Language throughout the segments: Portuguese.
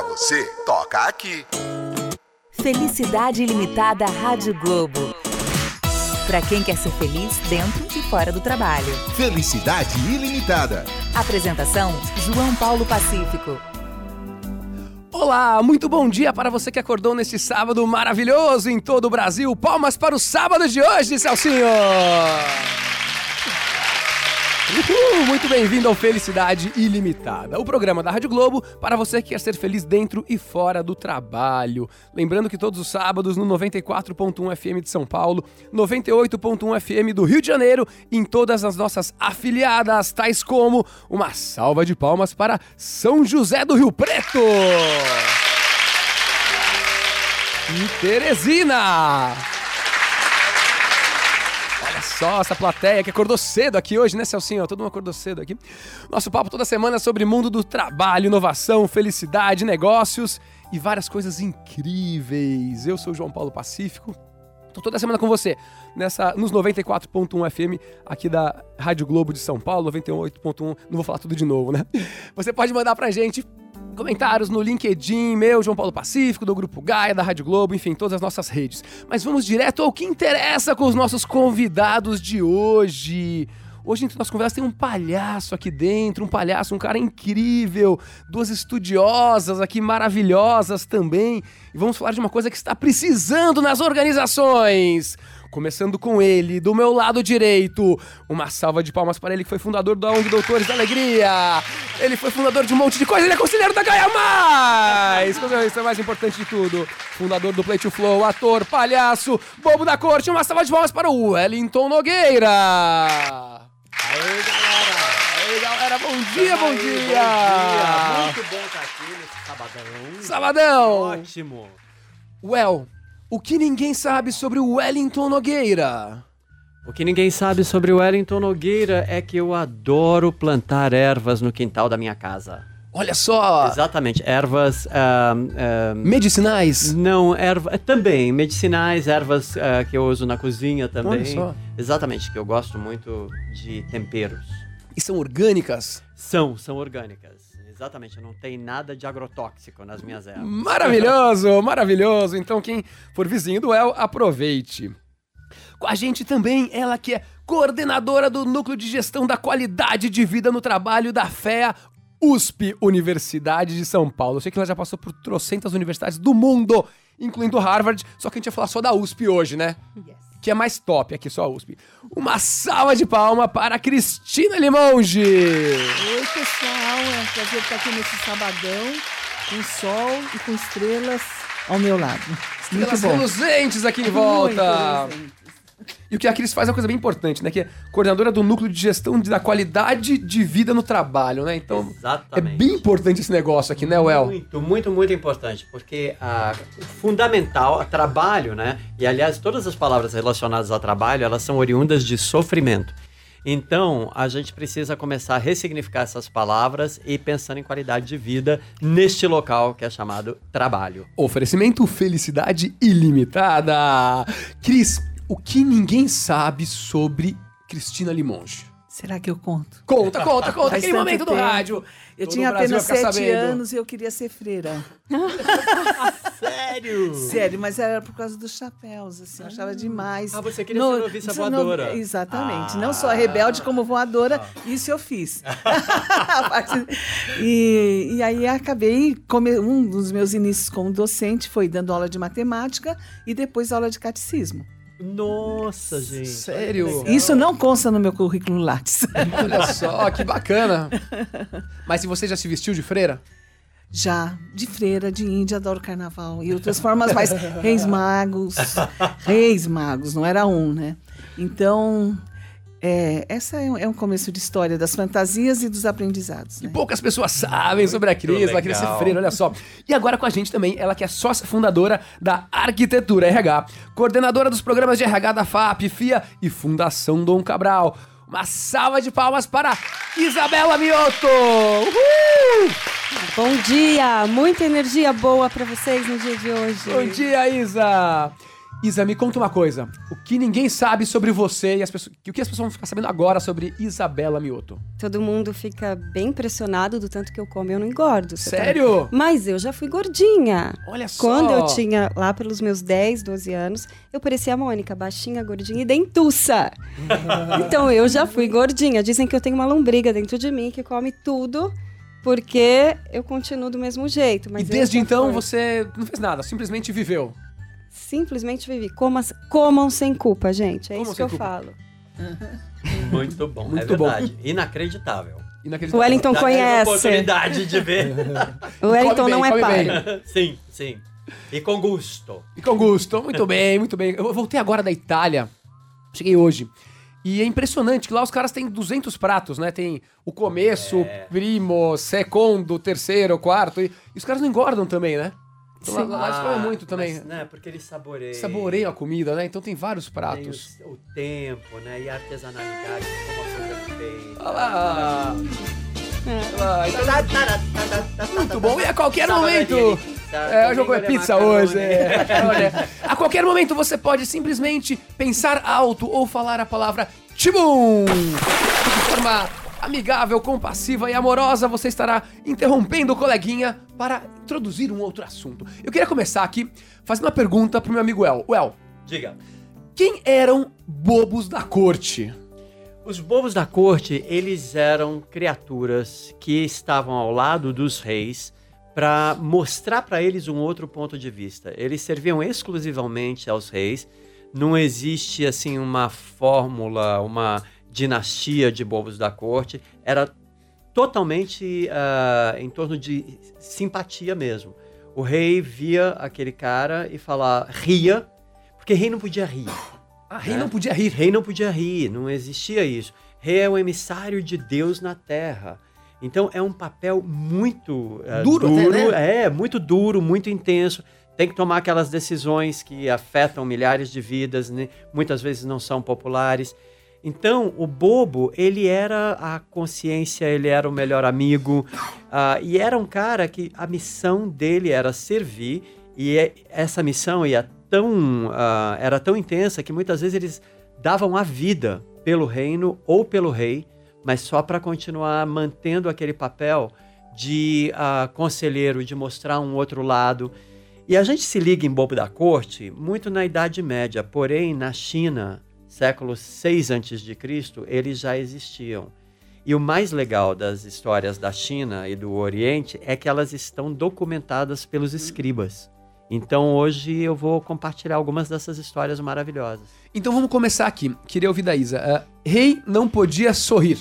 você, toca aqui. Felicidade Ilimitada Rádio Globo. Para quem quer ser feliz dentro e fora do trabalho. Felicidade Ilimitada. Apresentação: João Paulo Pacífico. Olá, muito bom dia para você que acordou neste sábado maravilhoso em todo o Brasil. Palmas para o sábado de hoje, Celcinho! Muito bem-vindo ao Felicidade Ilimitada, o programa da Rádio Globo para você que quer ser feliz dentro e fora do trabalho. Lembrando que todos os sábados no 94.1 FM de São Paulo, 98.1 FM do Rio de Janeiro, em todas as nossas afiliadas, tais como uma salva de palmas para São José do Rio Preto e Teresina. Só essa plateia que acordou cedo aqui hoje, né, Celcinho? Todo mundo acordou cedo aqui. Nosso papo toda semana é sobre mundo do trabalho, inovação, felicidade, negócios e várias coisas incríveis. Eu sou o João Paulo Pacífico. Tô toda semana com você nos 94.1 FM aqui da Rádio Globo de São Paulo, 98.1. Não vou falar tudo de novo, né? Você pode mandar pra gente comentários no LinkedIn, meu, João Paulo Pacífico, do Grupo Gaia, da Rádio Globo, enfim, todas as nossas redes. Mas vamos direto ao que interessa com os nossos convidados de hoje. Hoje, entre nossos convidados, tem um palhaço aqui dentro, um cara incrível, duas estudiosas aqui maravilhosas também. E vamos falar de uma coisa que está precisando nas organizações. Começando com ele, do meu lado direito, uma salva de palmas para ele, que foi fundador da ONG Doutores da Alegria. Ele foi fundador de um monte de coisa, ele é conselheiro da Gaia Mais! Isso é o mais importante de tudo. Fundador do Play to Flow, ator, palhaço, bobo da corte. Uma salva de palmas para o Wellington Nogueira. Aí, galera, bom dia. Bom dia, muito bom estar aqui nesse Sabadão. Ótimo. O que ninguém sabe sobre o Wellington Nogueira? O que ninguém sabe sobre o Wellington Nogueira é que eu adoro plantar ervas no quintal da minha casa. Olha só! Exatamente, ervas... medicinais? Não, também, medicinais, ervas que eu uso na cozinha também. Olha só. Exatamente, que eu gosto muito de temperos. E são orgânicas? São orgânicas. Exatamente, não tem nada de agrotóxico nas minhas ervas. Maravilhoso. Então quem for vizinho do El, aproveite. Com a gente também, ela que é coordenadora do Núcleo de Gestão da Qualidade de Vida no Trabalho da FEA, USP, Universidade de São Paulo. Eu sei que ela já passou por trocentas universidades do mundo, incluindo Harvard, só que a gente vai falar só da USP hoje, né? Yes. Que é mais top aqui, só a USP. Uma salva de palmas para Cristina Limonge. Oi, pessoal. É um prazer estar aqui nesse sabadão, com sol e com estrelas ao meu lado. Estrelas reluzentes aqui em volta. E o que a Cris faz é uma coisa bem importante, né? Que é coordenadora do Núcleo de Gestão da Qualidade de Vida no Trabalho, né? Então, exatamente. É bem importante esse negócio aqui, né, Well? Muito importante, porque fundamental, trabalho, né? E, aliás, todas as palavras relacionadas ao trabalho, elas são oriundas de sofrimento. Então, a gente precisa começar a ressignificar essas palavras e pensando em qualidade de vida neste local que é chamado trabalho. Oferecimento Felicidade Ilimitada. Cris, o que ninguém sabe sobre Cristina Limonge? Será que eu conto? Conta. Aquele momento do rádio. Eu tinha apenas 7 anos e eu queria ser freira. Sério? Sério, mas era por causa dos chapéus, assim, eu achava demais. Você queria ser noviça voadora. Exatamente, não só rebelde como voadora, isso eu fiz. e aí acabei, um dos meus inícios como docente foi dando aula de matemática e depois aula de catecismo. Nossa, gente. Sério? Isso não consta no meu currículo Lattes. Olha só, que bacana. Mas se você já se vestiu de freira? Já, de freira, de índia, adoro carnaval. E outras formas mais. Reis magos, não era um, né? Então, essa é um começo de história das fantasias e dos aprendizados. Né? E poucas pessoas sabem sobre a Cris, ela queria ser freira, olha só. E agora com a gente também, ela que é sócia fundadora da Arquitetura RH, coordenadora dos programas de RH da FAP, FIA e Fundação Dom Cabral. Uma salva de palmas para Isabela Mioto! Uhul! Bom dia! Muita energia boa para vocês no dia de hoje. Bom dia, Isa! Isa, me conta uma coisa. O que ninguém sabe sobre você e o que as pessoas vão ficar sabendo agora sobre Isabela Miotto? Todo mundo fica bem impressionado do tanto que eu como e eu não engordo. Sério? Mas eu já fui gordinha. Olha só. Quando eu tinha, lá pelos meus 10, 12 anos, eu parecia a Mônica, baixinha, gordinha e dentuça. Então eu já fui gordinha. Dizem que eu tenho uma lombriga dentro de mim que come tudo, porque eu continuo do mesmo jeito. Mas e desde então você não fez nada, simplesmente viveu. Simplesmente vivi. Comam sem culpa, gente. É Comam isso que sem eu culpa. falo. Muito bom, Muito é verdade. Inacreditável. O Wellington Já tive a conhece. oportunidade de ver. O Wellington Come bem, não é come pai. bem. Sim, sim. E com gosto. E com gosto. Muito bem, muito bem. Eu voltei agora da Itália. Cheguei hoje. E é impressionante que lá os caras têm 200 pratos, né? Tem o começo, primo, secondo, terceiro, quarto. E os caras não engordam também, né? Então, lá eles comem muito também. Mas, né, porque eles saboriam. Saboreiam a comida, né? Então tem vários pratos. Tem o tempo, né? E a artesanalidade, como a coisa feita. Olha lá! Olha lá, então, muito bom. E a qualquer momento... eu vou comer pizza hoje. Olha, a qualquer momento você pode simplesmente pensar alto ou falar a palavra Tibum! De forma amigável, compassiva e amorosa, você estará interrompendo o coleguinha para introduzir um outro assunto. Eu queria começar aqui fazendo uma pergunta pro meu amigo El. El, Diga. quem eram bobos da corte? Os bobos da corte, eles eram criaturas que estavam ao lado dos reis para mostrar para eles um outro ponto de vista. Eles serviam exclusivamente aos reis. Não existe assim uma fórmula, uma dinastia de bobos da corte. Era totalmente em torno de simpatia mesmo. O rei via aquele cara e ria, porque rei não podia rir. Rei não podia rir. Rei não podia rir, não existia isso. Rei é o emissário de Deus na terra. Então é um papel muito duro, até, né? Muito duro, muito intenso. Tem que tomar aquelas decisões que afetam milhares de vidas, né? Muitas vezes não são populares. Então, o bobo, ele era a consciência, ele era o melhor amigo, e era um cara que a missão dele era servir, e essa missão era tão intensa que muitas vezes eles davam a vida pelo reino ou pelo rei, mas só para continuar mantendo aquele papel de conselheiro, de mostrar um outro lado. E a gente se liga em bobo da corte muito na Idade Média, porém na China, século 6 a.C., eles já existiam. E o mais legal das histórias da China e do Oriente é que elas estão documentadas pelos escribas. Então hoje eu vou compartilhar algumas dessas histórias maravilhosas. Então vamos começar aqui. Queria ouvir da Isa. Rei não podia sorrir.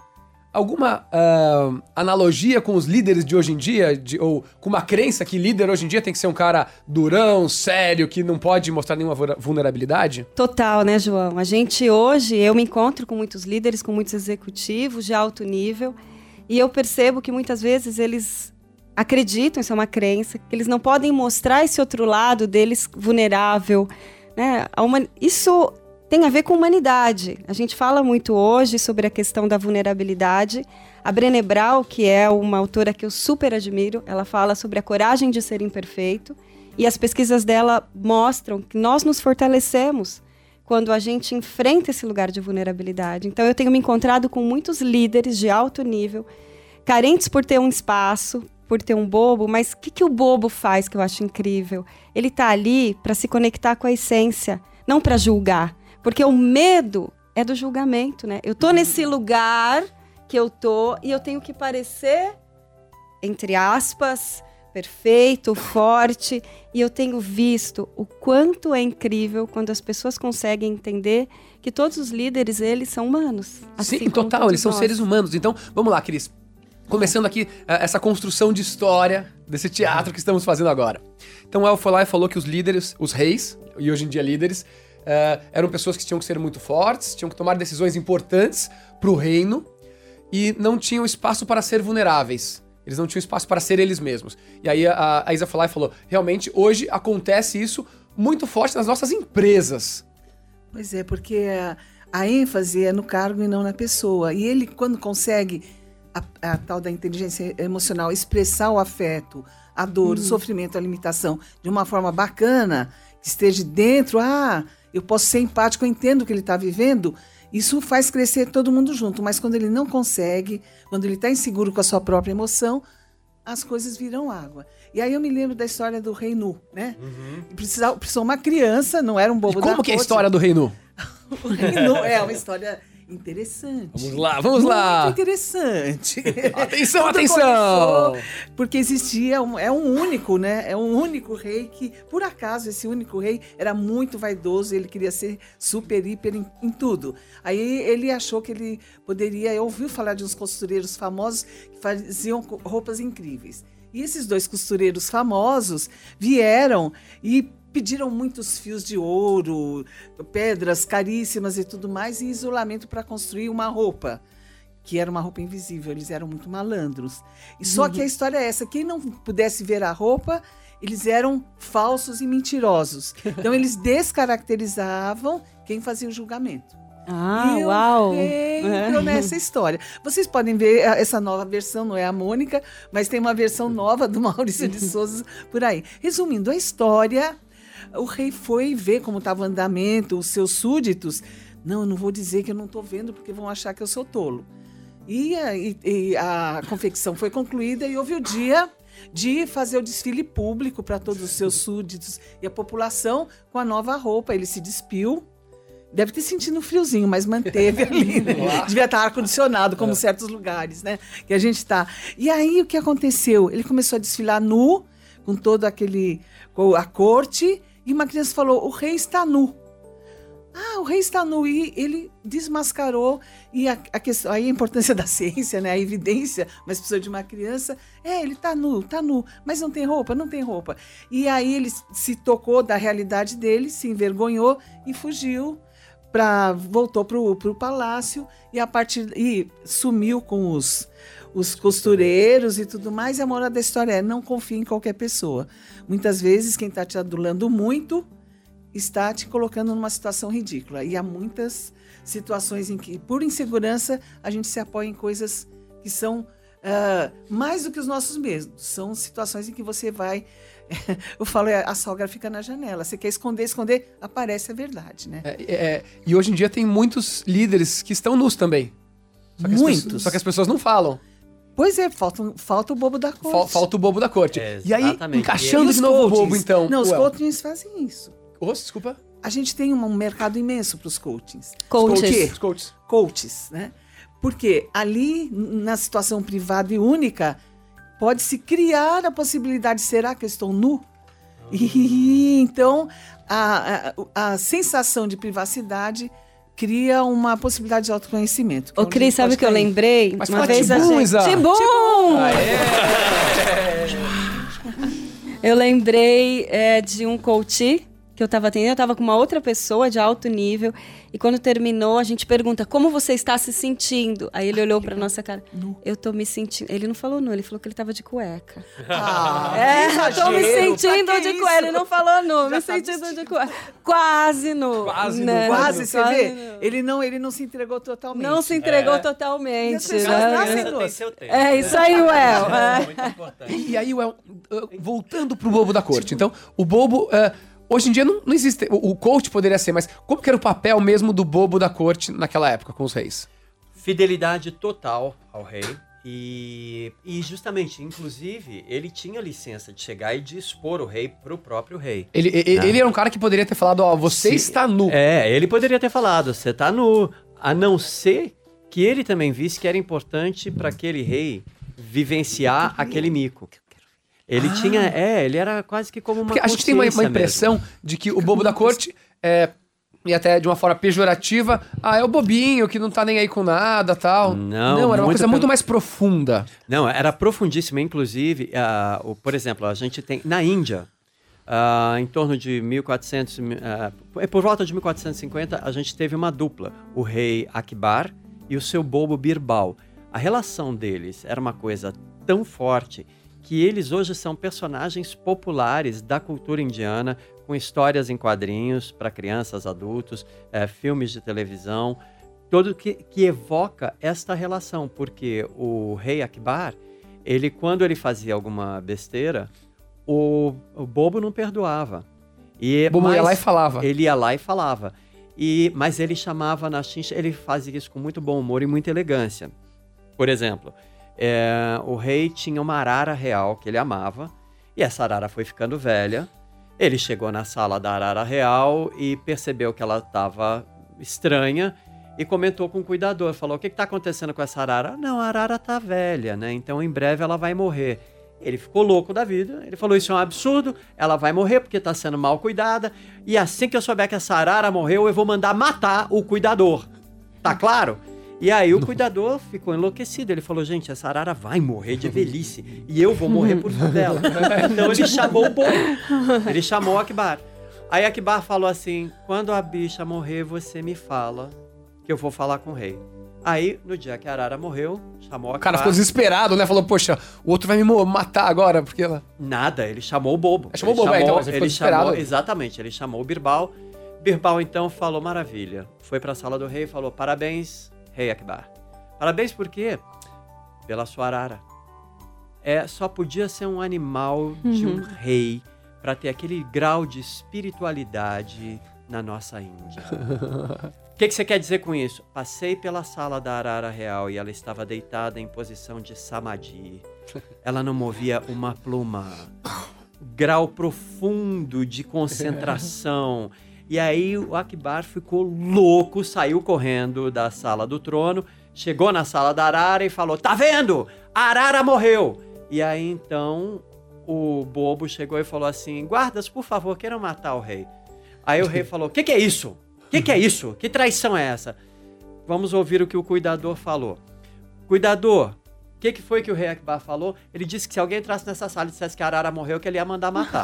Alguma analogia com os líderes de hoje em dia? Ou com uma crença que líder hoje em dia tem que ser um cara durão, sério, que não pode mostrar nenhuma vulnerabilidade? Total, né, João? A gente hoje, eu me encontro com muitos líderes, com muitos executivos de alto nível, e eu percebo que muitas vezes eles acreditam, isso é uma crença, que eles não podem mostrar esse outro lado deles vulnerável, né? Isso tem a ver com humanidade. A gente fala muito hoje sobre a questão da vulnerabilidade. A Brené Brown, que é uma autora que eu super admiro, ela fala sobre a coragem de ser imperfeito, e as pesquisas dela mostram que nós nos fortalecemos quando a gente enfrenta esse lugar de vulnerabilidade. Então eu tenho me encontrado com muitos líderes de alto nível, carentes por ter um espaço, por ter um bobo, mas o que o bobo faz que eu acho incrível? Ele está ali para se conectar com a essência, não para julgar. Porque o medo é do julgamento, né? Eu tô nesse lugar que eu tô e eu tenho que parecer, entre aspas, perfeito, forte. E eu tenho visto o quanto é incrível quando as pessoas conseguem entender que todos os líderes, eles são humanos. Assim Sim, total, eles são seres humanos. Então, vamos lá, Cris. Começando aqui essa construção de história desse teatro que estamos fazendo agora. Então, El foi lá e falou que os líderes, os reis, e hoje em dia líderes, eram pessoas que tinham que ser muito fortes, tinham que tomar decisões importantes para o reino e não tinham espaço para ser vulneráveis. Eles não tinham espaço para ser eles mesmos. E aí a Isa foi lá e falou, realmente hoje acontece isso muito forte nas nossas empresas. Pois é, porque a ênfase é no cargo e não na pessoa. E ele, quando consegue a tal da inteligência emocional, expressar o afeto, a dor, o sofrimento, a limitação de uma forma bacana, que esteja dentro, eu posso ser empático, eu entendo o que ele está vivendo, isso faz crescer todo mundo junto. Mas quando ele não consegue, quando ele está inseguro com a sua própria emoção, as coisas viram água. E aí eu me lembro da história do Rei Nu, né? Precisou uma criança, não era um bobo da corte. Como que é a história do Rei Nu? O Rei Nu é uma história interessante. Vamos lá. Muito interessante. Atenção, Tudo atenção! começou porque existia, é um único, né? É um único rei que, por acaso, esse único rei era muito vaidoso, ele queria ser super, hiper em tudo. Aí ele achou que ele poderia, ouviu falar de uns costureiros famosos que faziam roupas incríveis. E esses 2 costureiros famosos vieram e pediram muitos fios de ouro, pedras caríssimas e tudo mais, e isolamento para construir uma roupa, que era uma roupa invisível. Eles eram muito malandros. E só que a história é essa: quem não pudesse ver a roupa, eles eram falsos e mentirosos. Então eles descaracterizavam quem fazia o julgamento. Ah, uau! Entrou nessa história. Vocês podem ver essa nova versão, não é a Mônica, mas tem uma versão nova do Maurício de Souza por aí. Resumindo a história, o rei foi ver como estava o andamento, os seus súditos. Não, eu não vou dizer que eu não estou vendo, porque vão achar que eu sou tolo. E a confecção foi concluída e houve o dia de fazer o desfile público para todos os seus súditos e a população com a nova roupa. Ele se despiu. Deve ter sentido um friozinho, mas manteve ali, né? Devia estar ar-condicionado, como certos lugares, né? Que a gente está. E aí, o que aconteceu? Ele começou a desfilar nu, com todo com a corte, e uma criança falou: o rei está nu. O rei está nu. E ele desmascarou. E aí a importância da ciência, né? A evidência, mas precisa de uma criança. Ele está nu, mas não tem roupa, não tem roupa. E aí ele se tocou da realidade dele, se envergonhou e fugiu. Voltou pro palácio e sumiu com os costureiros e tudo mais. E a moral da história é: não confie em qualquer pessoa. Muitas vezes quem está te adulando muito está te colocando numa situação ridícula. E há muitas situações em que, por insegurança, a gente se apoia em coisas que são mais do que os nossos medos. São situações em que você vai... Eu falo, a sogra fica na janela. Você quer esconder, aparece a verdade, né? E hoje em dia tem muitos líderes que estão nus também. Só que as pessoas não falam. Pois é, falta o bobo da corte. Falta o bobo da corte. Exatamente. E aí, encaixando de novo o bobo, então... Não, os coachings fazem isso. Desculpa. A gente tem um mercado imenso para os coachings. Coaches, né? Porque ali, na situação privada e única, pode-se criar a possibilidade: será que eu estou nu? E então, a sensação de privacidade cria uma possibilidade de autoconhecimento. Ô, Cris, sabe o que eu lembrei? Mas uma vez a gente... Tibum! Eu lembrei de um coach que eu estava atendendo, eu estava com uma outra pessoa de alto nível, e quando terminou, a gente pergunta: como você está se sentindo? Aí ele olhou para nossa cara: eu tô me sentindo... Ele não falou nu, ele falou que ele estava de cueca. Eu tô me sentindo de cueca. Ele não falou nu, me sentindo de cueca. Quase nu. Quase né? nu. Quase, você vê? Ele não se entregou totalmente. Não se entregou totalmente. E as pessoas nascem Tem nuas. seu tempo. É isso aí, Well. Muito importante. E aí, voltando pro bobo da corte. Então, o bobo... hoje em dia não existe... O coach poderia ser, mas como que era o papel mesmo do bobo da corte naquela época com os reis? Fidelidade total ao rei. E justamente, inclusive, ele tinha licença de chegar e de expor o rei pro próprio rei. Ele era um cara que poderia ter falado: você está nu. Ele poderia ter falado: você está nu. A não ser que ele também visse que era importante para aquele rei vivenciar aquele mico. Ele tinha... ele era quase que como uma Porque a gente tem uma impressão de que o bobo da corte e até de uma forma pejorativa, é o bobinho que não tá nem aí com nada, tal. Não, era uma coisa muito mais profunda. Não, era profundíssima. Inclusive, por exemplo, a gente tem na Índia, em torno de 1400, por volta de 1450, a gente teve uma dupla, o rei Akbar e o seu bobo Birbal. A relação deles era uma coisa tão forte que eles hoje são personagens populares da cultura indiana, com histórias em quadrinhos para crianças, adultos, filmes de televisão, tudo que evoca esta relação, porque o rei Akbar, quando ele fazia alguma besteira, o bobo não perdoava. O bobo ia lá e falava. Ele ia lá e falava. Mas ele chamava na chincha, ele fazia isso com muito bom humor e muita elegância. Por exemplo, o rei tinha uma arara real que ele amava, e essa arara foi ficando velha. Ele chegou na sala da arara real e percebeu que ela estava estranha e comentou com o cuidador, falou: o que está acontecendo com essa arara? Não, a arara está velha, né? Então em breve ela vai morrer. Ele ficou louco da vida, ele falou: isso é um absurdo, ela vai morrer porque está sendo mal cuidada, e assim que eu souber que essa arara morreu, eu vou mandar matar o cuidador. Tá claro? E aí o cuidador ficou enlouquecido, ele falou: gente, essa arara vai morrer de velhice, e eu vou morrer por causa dela. Então ele chamou o bobo, ele chamou o Akbar. Aí Akbar falou assim: quando a bicha morrer, você me fala, que eu vou falar com o rei. Aí, no dia que a arara morreu, chamou a Akbar. O cara ficou desesperado, né? Falou: poxa, o outro vai me matar agora, porque ela... Nada, ele chamou o bobo. Chamou o bobo, então, mas ele ficou desesperado. Exatamente, ele chamou o Birbal. Birbal, então, falou: maravilha. Foi pra sala do rei e falou: parabéns, rei Akbar. Parabéns por quê? Pela sua arara. Só podia ser um animal de um rei pra ter aquele grau de espiritualidade na nossa Índia. O que você quer dizer com isso? Passei pela sala da arara real e ela estava deitada em posição de samadhi. Ela não movia uma pluma. Grau profundo de concentração. E aí o Akbar ficou louco, saiu correndo da sala do trono, chegou na sala da arara e falou: tá vendo? A arara morreu. E aí então o bobo chegou e falou assim: guardas, por favor, queiram matar o rei. Aí o rei falou: o que é isso? O que é isso? Que traição é essa? Vamos ouvir o que o cuidador falou. Cuidador, o que foi que o rei Akbar falou? Ele disse que se alguém entrasse nessa sala e dissesse que a arara morreu, que ele ia mandar matar.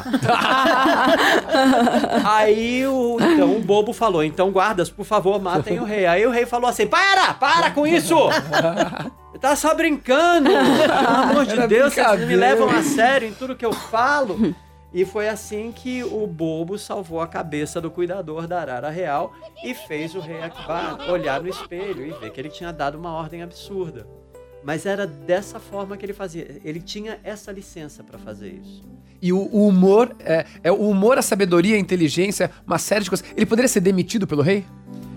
Aí então o bobo falou: então guardas, por favor, matem o rei. Aí o rei falou assim: para com isso! Tá só brincando! Pelo amor de Deus, vocês me levam a sério em tudo que eu falo. E foi assim que o bobo salvou a cabeça do cuidador da arara real e fez o rei Akbar olhar no espelho e ver que ele tinha dado uma ordem absurda. Mas era dessa forma que ele fazia. Ele tinha essa licença para fazer isso. E o humor, o humor, a sabedoria, a inteligência, uma série de coisas. Ele poderia ser demitido pelo rei?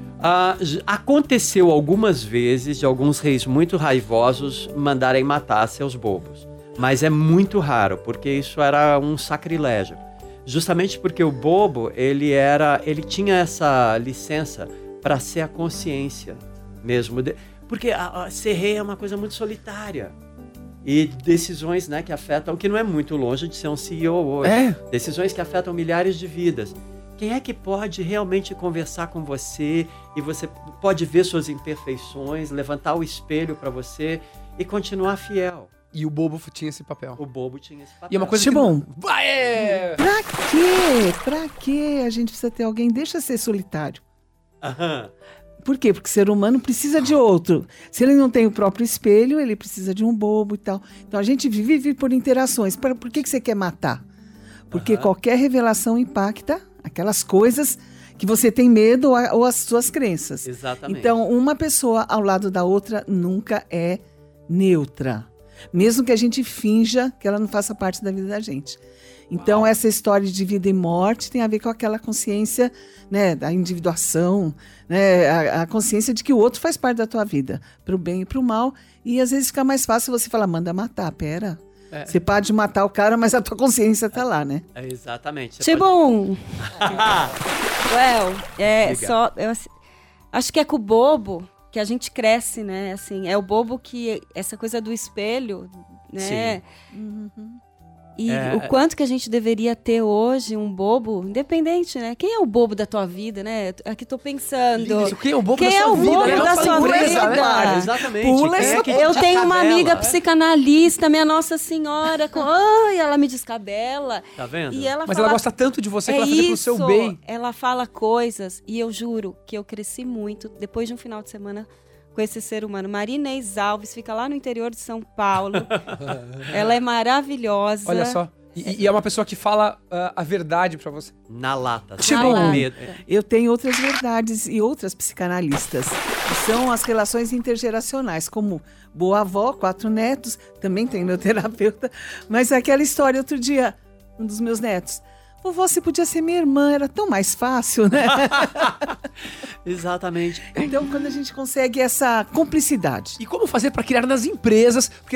Aconteceu algumas vezes de alguns reis muito raivosos mandarem matar seus bobos. Mas é muito raro, porque isso era um sacrilégio. Justamente porque o bobo, ele tinha essa licença para ser a consciência mesmo. Porque ser rei é uma coisa muito solitária. E decisões, né, que afetam, que não é muito longe de ser um CEO hoje. Decisões que afetam milhares de vidas. Quem é que pode realmente conversar com você e você pode ver suas imperfeições, levantar o espelho para você e continuar fiel? E o bobo tinha esse papel. O bobo tinha esse papel. E é uma coisa Timon, que... Pra quê? Pra quê a gente precisa ter alguém? Deixa ser solitário. Por quê? Porque o ser humano precisa de outro. Se ele não tem o próprio espelho, ele precisa de um bobo e tal. Então a gente vive por interações. Por que você quer matar? Porque qualquer revelação impacta aquelas coisas que você tem medo ou as suas crenças. Exatamente. Então uma pessoa ao lado da outra nunca é neutra. Mesmo que a gente finja que ela não faça parte da vida da gente. Então, essa história de vida e morte tem a ver com aquela consciência, né, da individuação, né, a consciência de que o outro faz parte da tua vida, para o bem e para o mal. E às vezes fica mais fácil você falar: manda matar, pera. Você pode matar o cara, mas a tua consciência tá lá, né? Exatamente. Timon! Eu acho que é com o bobo que a gente cresce, né? Assim, é o bobo que... Essa coisa do espelho, né? Sim. E o quanto que a gente deveria ter hoje um bobo independente, né? Quem é o bobo da tua vida, né? Aqui tô pensando. Isso, quem é o bobo da sua vida? Quem é o bobo da sua vida? Né? Exatamente. Eu tenho uma amiga psicanalista, minha Nossa Senhora, ela me descabela. Tá vendo? E ela Mas fala, ela gosta tanto de você que ela faz pro seu bem. Ela fala coisas, e eu juro que eu cresci muito depois de um final de semana com esse ser humano. Maria Inês Alves fica lá no interior de São Paulo. Ela é maravilhosa. Olha só. E é uma pessoa que fala a verdade pra você. Na lata. Eu tenho outras verdades e outras psicanalistas. Que são as relações intergeracionais, como boa avó, 4 netos, também tem meu terapeuta. Mas aquela história, outro dia, um dos meus netos. Vovó, você podia ser minha irmã, era tão mais fácil, né? Exatamente. Então, quando a gente consegue essa cumplicidade. E como fazer para criar nas empresas? Porque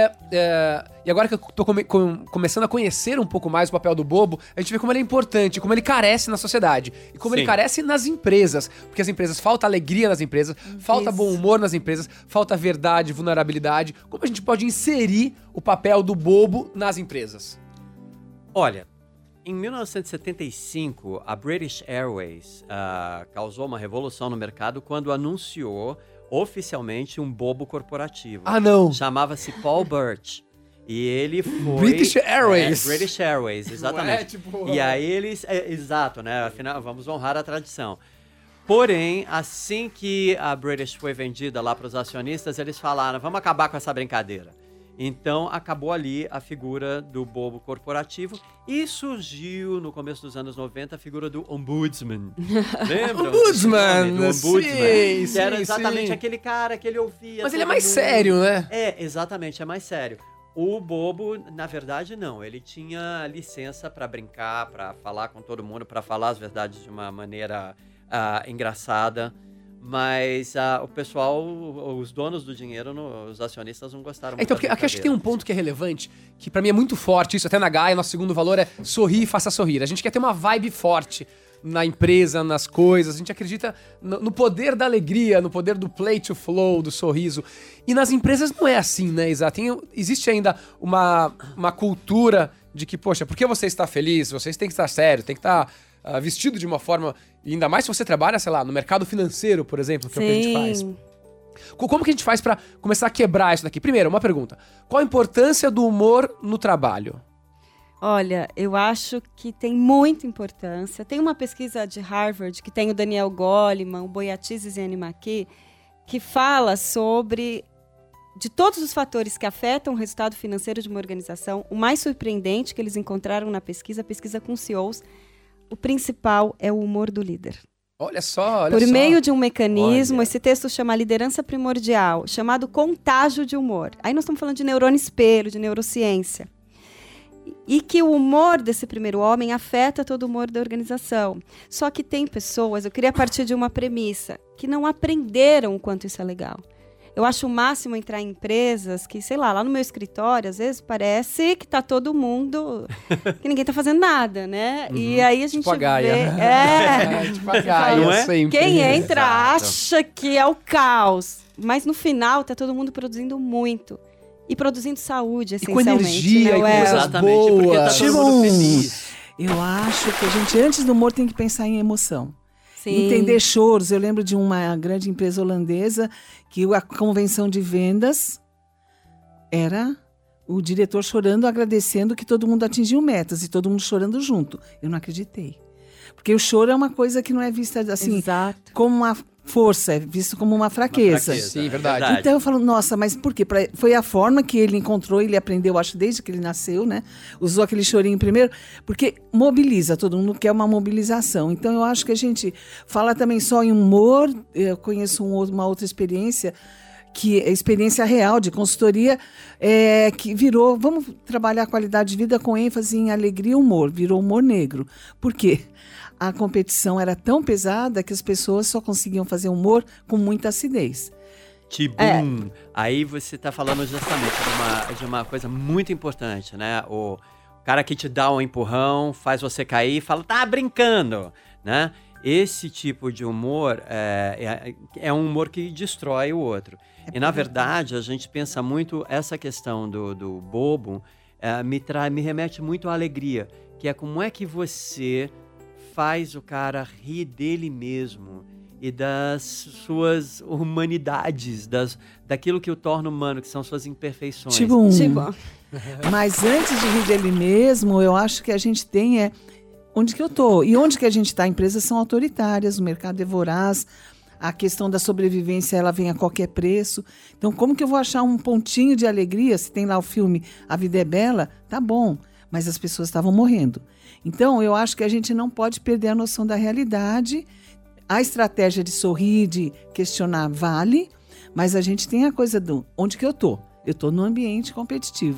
e agora que eu tô começando a conhecer um pouco mais o papel do bobo, a gente vê como ele é importante, como ele carece na sociedade. E como Sim. ele carece nas empresas. Porque as empresas, falta alegria nas empresas, falta bom humor nas empresas, falta verdade, vulnerabilidade. Como a gente pode inserir o papel do bobo nas empresas? Olha, em 1975, a British Airways causou uma revolução no mercado quando anunciou oficialmente um bobo corporativo. Ah, não! Chamava-se Paul Birch. E ele foi... British Airways. British Airways, exatamente. Tipo... E aí eles... exato, né? Afinal, vamos honrar a tradição. Porém, assim que a British foi vendida lá para os acionistas, eles falaram, vamos acabar com essa brincadeira. Então, acabou ali a figura do bobo corporativo e surgiu, no começo dos anos 90, a figura do ombudsman. Lembra? Ombudsman! Do ombudsman, Sim, que era sim, exatamente sim. aquele cara que ele ouvia. Mas ele é todo mais mundo. sério, né? É, exatamente, é mais sério. O bobo, na verdade, não. Ele tinha licença para brincar, para falar com todo mundo, para falar as verdades de uma maneira engraçada. Mas o pessoal, os donos do dinheiro, os acionistas não gostaram muito. Então, porque aqui acho que tem um ponto que é relevante, que pra mim é muito forte, isso até na Gaia, nosso segundo valor é sorrir e faça sorrir. A gente quer ter uma vibe forte na empresa, nas coisas, a gente acredita no poder da alegria, no poder do play to flow, do sorriso. E nas empresas não é assim, né, Isa? Existe ainda uma cultura de que, poxa, por que você está feliz? Vocês têm que estar sério, tem que estar vestido de uma forma... E ainda mais se você trabalha, sei lá, no mercado financeiro, por exemplo, que é o que a gente faz. Como que a gente faz pra começar a quebrar isso daqui? Primeiro, uma pergunta. Qual a importância do humor no trabalho? Olha, eu acho que tem muita importância. Tem uma pesquisa de Harvard que tem o Daniel Goleman, o Boiatiz e Zene Maki, que fala sobre, de todos os fatores que afetam o resultado financeiro de uma organização, o mais surpreendente que eles encontraram na pesquisa, a pesquisa com CEOs, o principal é o humor do líder. Olha só, Por meio de um mecanismo, Olha. esse texto chama liderança primordial, chamado contágio de humor. Aí nós estamos falando de neurônio espelho, de neurociência. E que o humor desse primeiro homem afeta todo o humor da organização. Só que tem pessoas, eu queria partir de uma premissa, que não aprenderam o quanto isso é legal. Eu acho o máximo entrar em empresas que, sei lá no meu escritório, às vezes parece que tá todo mundo, que ninguém tá fazendo nada, né? Uhum. E aí a gente Tipo a Gaia. vê... Tipo a Gaia, Não é? sempre. Quem entra Exato. acha que é o caos, mas no final tá todo mundo produzindo muito. E produzindo saúde, E com essencialmente. energia, né, e com Well? coisas Exatamente, porque tá boas. todo mundo feliz. Eu acho que a gente, antes do humor, tem que pensar em emoção. Sim. Entender choros. Eu lembro de uma grande empresa holandesa que a convenção de vendas era o diretor chorando, agradecendo que todo mundo atingiu metas e todo mundo chorando junto. Eu não acreditei. Porque o choro é uma coisa que não é vista assim Exato. como uma força, é visto como uma fraqueza. Sim, verdade. Então eu falo, nossa, mas por quê? Foi a forma que ele encontrou, ele aprendeu, acho, desde que ele nasceu, né? Usou aquele chorinho primeiro, porque mobiliza, todo mundo quer uma mobilização. Então eu acho que a gente fala também só em humor. Eu conheço uma outra experiência, que é experiência real de consultoria, que virou, vamos trabalhar a qualidade de vida com ênfase em alegria e humor, virou humor negro. Por quê? A competição era tão pesada que as pessoas só conseguiam fazer humor com muita acidez. Tibum. Aí você está falando justamente de uma coisa muito importante, né? O cara que te dá um empurrão, faz você cair e fala, tá brincando, né? Esse tipo de humor é um humor que destrói o outro. E, na verdade, a gente pensa muito, essa questão do bobo me remete muito à alegria, que é como é que você faz o cara rir dele mesmo e das suas humanidades, daquilo que o torna humano, que são suas imperfeições. Tipo, Mas mas antes de rir dele mesmo, eu acho que a gente tem onde que eu tô e onde que a gente está. Empresas são autoritárias, o mercado é voraz, a questão da sobrevivência ela vem a qualquer preço. Então, como que eu vou achar um pontinho de alegria? Se tem lá o filme A Vida é Bela, tá bom, mas as pessoas estavam morrendo. Então, eu acho que a gente não pode perder a noção da realidade. A estratégia de sorrir, de questionar, vale, mas a gente tem a coisa do onde que eu tô? Eu tô no ambiente competitivo.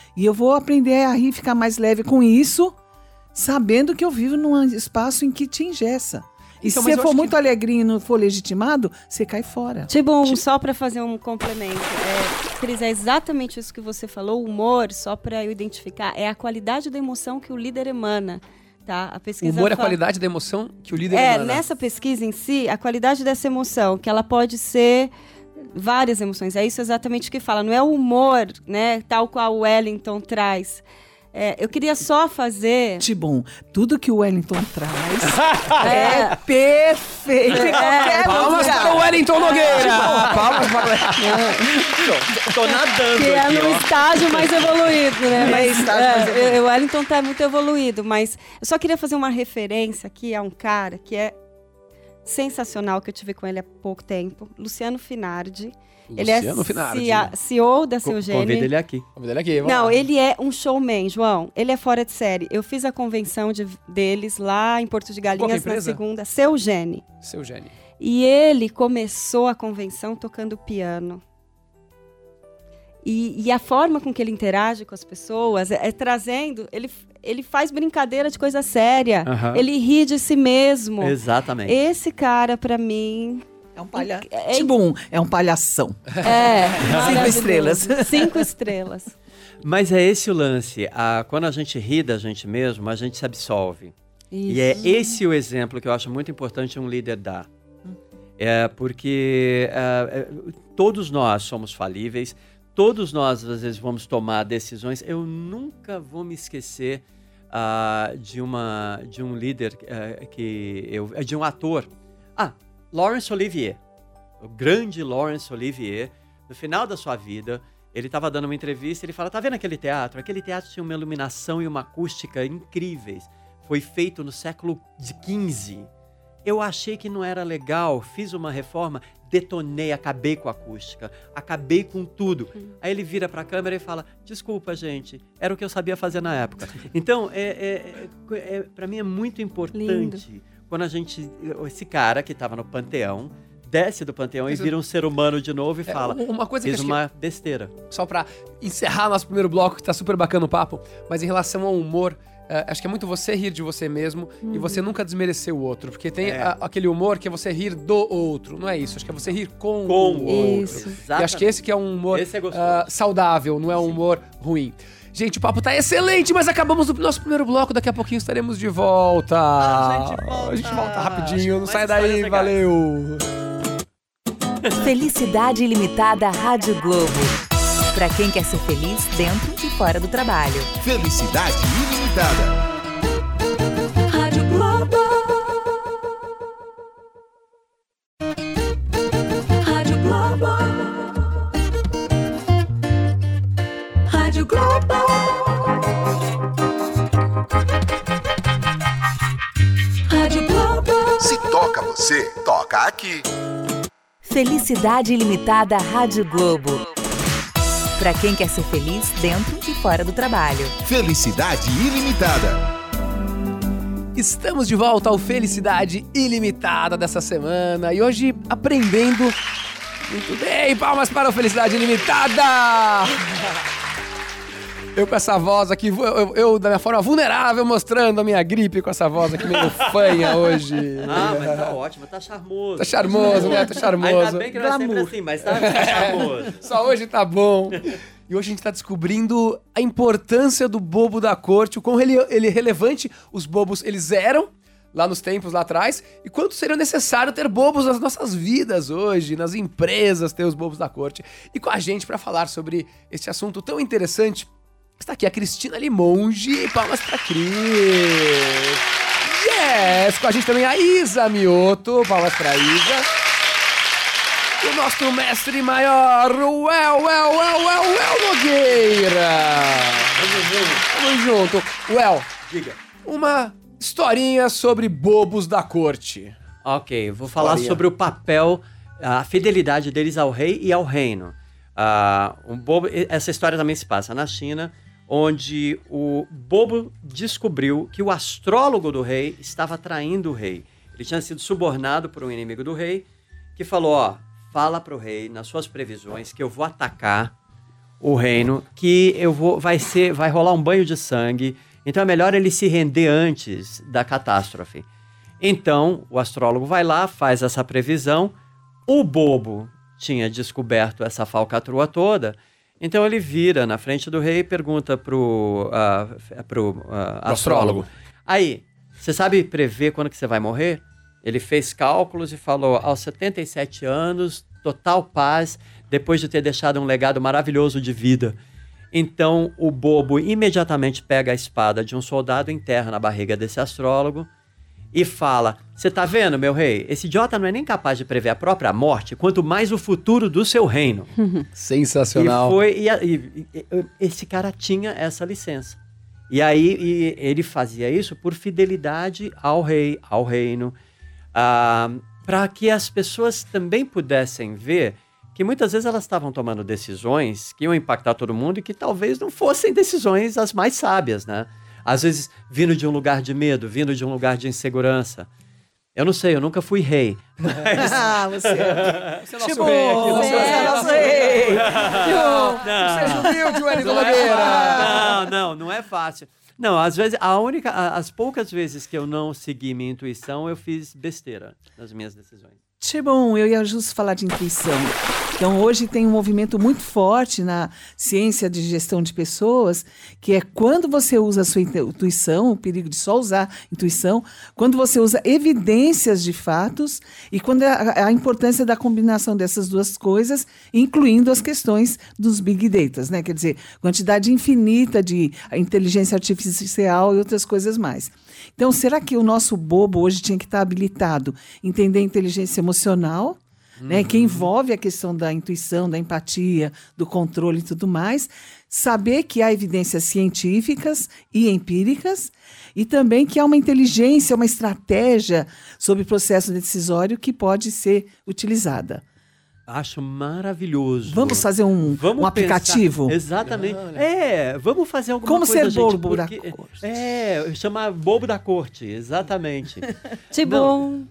E eu vou aprender a rir, ficar mais leve com isso, sabendo que eu vivo num espaço em que te engessa. E Então, se mas você eu for acho muito alegrinho e não for legitimado, você cai fora. Só para fazer um complemento. Cris, é exatamente isso que você falou. O humor, só para eu identificar, é a qualidade da emoção que o líder emana. Tá? A O pesquisa humor é a qualidade da emoção que o líder emana. Nessa pesquisa em si, a qualidade dessa emoção, que ela pode ser várias emoções. É isso exatamente que fala. Não é o humor, né, tal qual o Wellington traz. Eu queria só fazer... Tibum, tudo que o Wellington traz é perfeito. Palmas para o Wellington Nogueira! Palmas para Tô nadando Que é aqui, no ó. estágio mais evoluído, né? Mas estágio mais evoluído. o Wellington tá muito evoluído, mas eu só queria fazer uma referência aqui a um cara que é sensacional, que eu tive com ele há pouco tempo, Luciano Finardi. Luciano Finardi. Ele é CEO da Seu Convida Gene. ele aqui. Convida ele aqui. Vamos Não, lá. ele é um showman, João. Ele é fora de série. Eu fiz a convenção deles lá em Porto de Galinhas na empresa? segunda. Seu Gene. Seu gênio. E ele começou a convenção tocando piano. E a forma com que ele interage com as pessoas é trazendo... Ele faz brincadeira de coisa séria. Aham. Ele ri de si mesmo. Exatamente. Esse cara, pra mim... É um palhaço. É- Tibum, é um palhação. É, 5 maravilhoso. estrelas. 5 estrelas. Mas é esse o lance. Quando a gente ri da gente mesmo, a gente se absolve. E é esse o exemplo que eu acho muito importante um líder dar. Porque todos nós somos falíveis, todos nós às vezes vamos tomar decisões. Eu nunca vou me esquecer de um líder de um ator. Laurence Olivier, o grande Laurence Olivier. No final da sua vida, ele estava dando uma entrevista, ele fala, tá vendo aquele teatro? Aquele teatro tinha uma iluminação e uma acústica incríveis. Foi feito no século XV. Eu achei que não era legal, fiz uma reforma, detonei, acabei com a acústica, acabei com tudo. Aí ele vira para a câmera e fala, desculpa, gente, era o que eu sabia fazer na época. Então, para mim é muito importante quando esse cara que estava no Panteão, desce do Panteão e vira um ser humano de novo e fala, uma coisa que fiz acho uma besteira. Só pra encerrar nosso primeiro bloco, que tá super bacana o papo, mas em relação ao humor, acho que é muito você rir de você mesmo e você nunca desmerecer o outro, porque tem aquele humor que é você rir do outro, não é isso, acho que é você rir com o outro. Isso. E acho que esse que é um humor Esse é gostoso. saudável, não é um humor ruim. Gente, o papo tá excelente, mas acabamos o nosso primeiro bloco, daqui a pouquinho estaremos de volta. A gente volta rapidinho, não Mais sai histórias daí, legais. valeu! Felicidade Ilimitada Rádio Globo. Pra quem quer ser feliz dentro e fora do trabalho. Felicidade ilimitada. Rádio Globo. Rádio Globo. Rádio Globo. Rádio Globo. Se toca você, toca aqui. Felicidade Ilimitada Rádio Globo. Pra quem quer ser feliz dentro e fora do trabalho. Felicidade ilimitada. Estamos de volta ao Felicidade Ilimitada dessa semana e hoje aprendendo muito bem. Palmas para o Felicidade Ilimitada! Eu com essa voz aqui, eu da minha forma vulnerável, mostrando a minha gripe com essa voz aqui meio fanha hoje. Mas tá ótimo, tá charmoso. Tá charmoso, né? Tá charmoso. Ainda bem que não é sempre assim, mas tá charmoso. Só hoje tá bom. E hoje a gente tá descobrindo a importância do bobo da corte, o quão ele é relevante os bobos eles eram lá nos tempos lá atrás e quanto seria necessário ter bobos nas nossas vidas hoje, nas empresas ter os bobos da corte. E com a gente para falar sobre este assunto tão interessante, está aqui a Cristina Limonge. Palmas pra Cris. Yes! Com a gente também a Isa Mioto. Palmas pra Isa. E o nosso mestre maior, o El Nogueira. Vamos junto. El, Diga. uma historinha sobre bobos da corte. Ok, vou falar História. sobre o papel, a fidelidade deles ao rei e ao reino. Essa história também se passa na China, onde o bobo descobriu que o astrólogo do rei estava traindo o rei. Ele tinha sido subornado por um inimigo do rei, que falou, fala para o rei, nas suas previsões, que eu vou atacar o reino, que vai rolar um banho de sangue, então é melhor ele se render antes da catástrofe. Então, o astrólogo vai lá, faz essa previsão, o bobo tinha descoberto essa falcatrua toda, então ele vira na frente do rei e pergunta pro astrólogo. Aí, você sabe prever quando que você vai morrer? Ele fez cálculos e falou, aos 77 anos, total paz, depois de ter deixado um legado maravilhoso de vida. Então, o bobo imediatamente pega a espada de um soldado, enterra na barriga desse astrólogo e fala, você tá vendo, meu rei? Esse idiota não é nem capaz de prever a própria morte, quanto mais o futuro do seu reino. Sensacional. E esse cara tinha essa licença. E aí ele fazia isso por fidelidade ao rei, ao reino, para que as pessoas também pudessem ver que muitas vezes elas estavam tomando decisões que iam impactar todo mundo e que talvez não fossem decisões as mais sábias, né? Às vezes vindo de um lugar de medo, vindo de um lugar de insegurança. Eu não sei, eu nunca fui rei. Mas... Você é nosso rei aqui. Você é nosso rei. Seja humilde, Wellington Nogueira. Não é fácil. Não, às vezes, as poucas vezes que eu não segui minha intuição, eu fiz besteira nas minhas decisões. Bom, eu ia justo falar de intuição. Então, hoje tem um movimento muito forte na ciência de gestão de pessoas, que é quando você usa a sua intuição, o perigo de só usar intuição, quando você usa evidências de fatos e quando a importância da combinação dessas duas coisas, incluindo as questões dos big data, né? Quer dizer, quantidade infinita de inteligência artificial e outras coisas mais. Então, será que o nosso bobo hoje tinha que estar habilitado a entender a inteligência emocional, né, que envolve a questão da intuição, da empatia, do controle e tudo mais, saber que há evidências científicas e empíricas e também que há uma inteligência, uma estratégia sobre o processo decisório que pode ser utilizada. Acho maravilhoso. Vamos fazer um aplicativo? Pensar, exatamente. Vamos fazer alguma Como coisa, ser bobo da corte. Chamar bobo da corte, exatamente. Bom.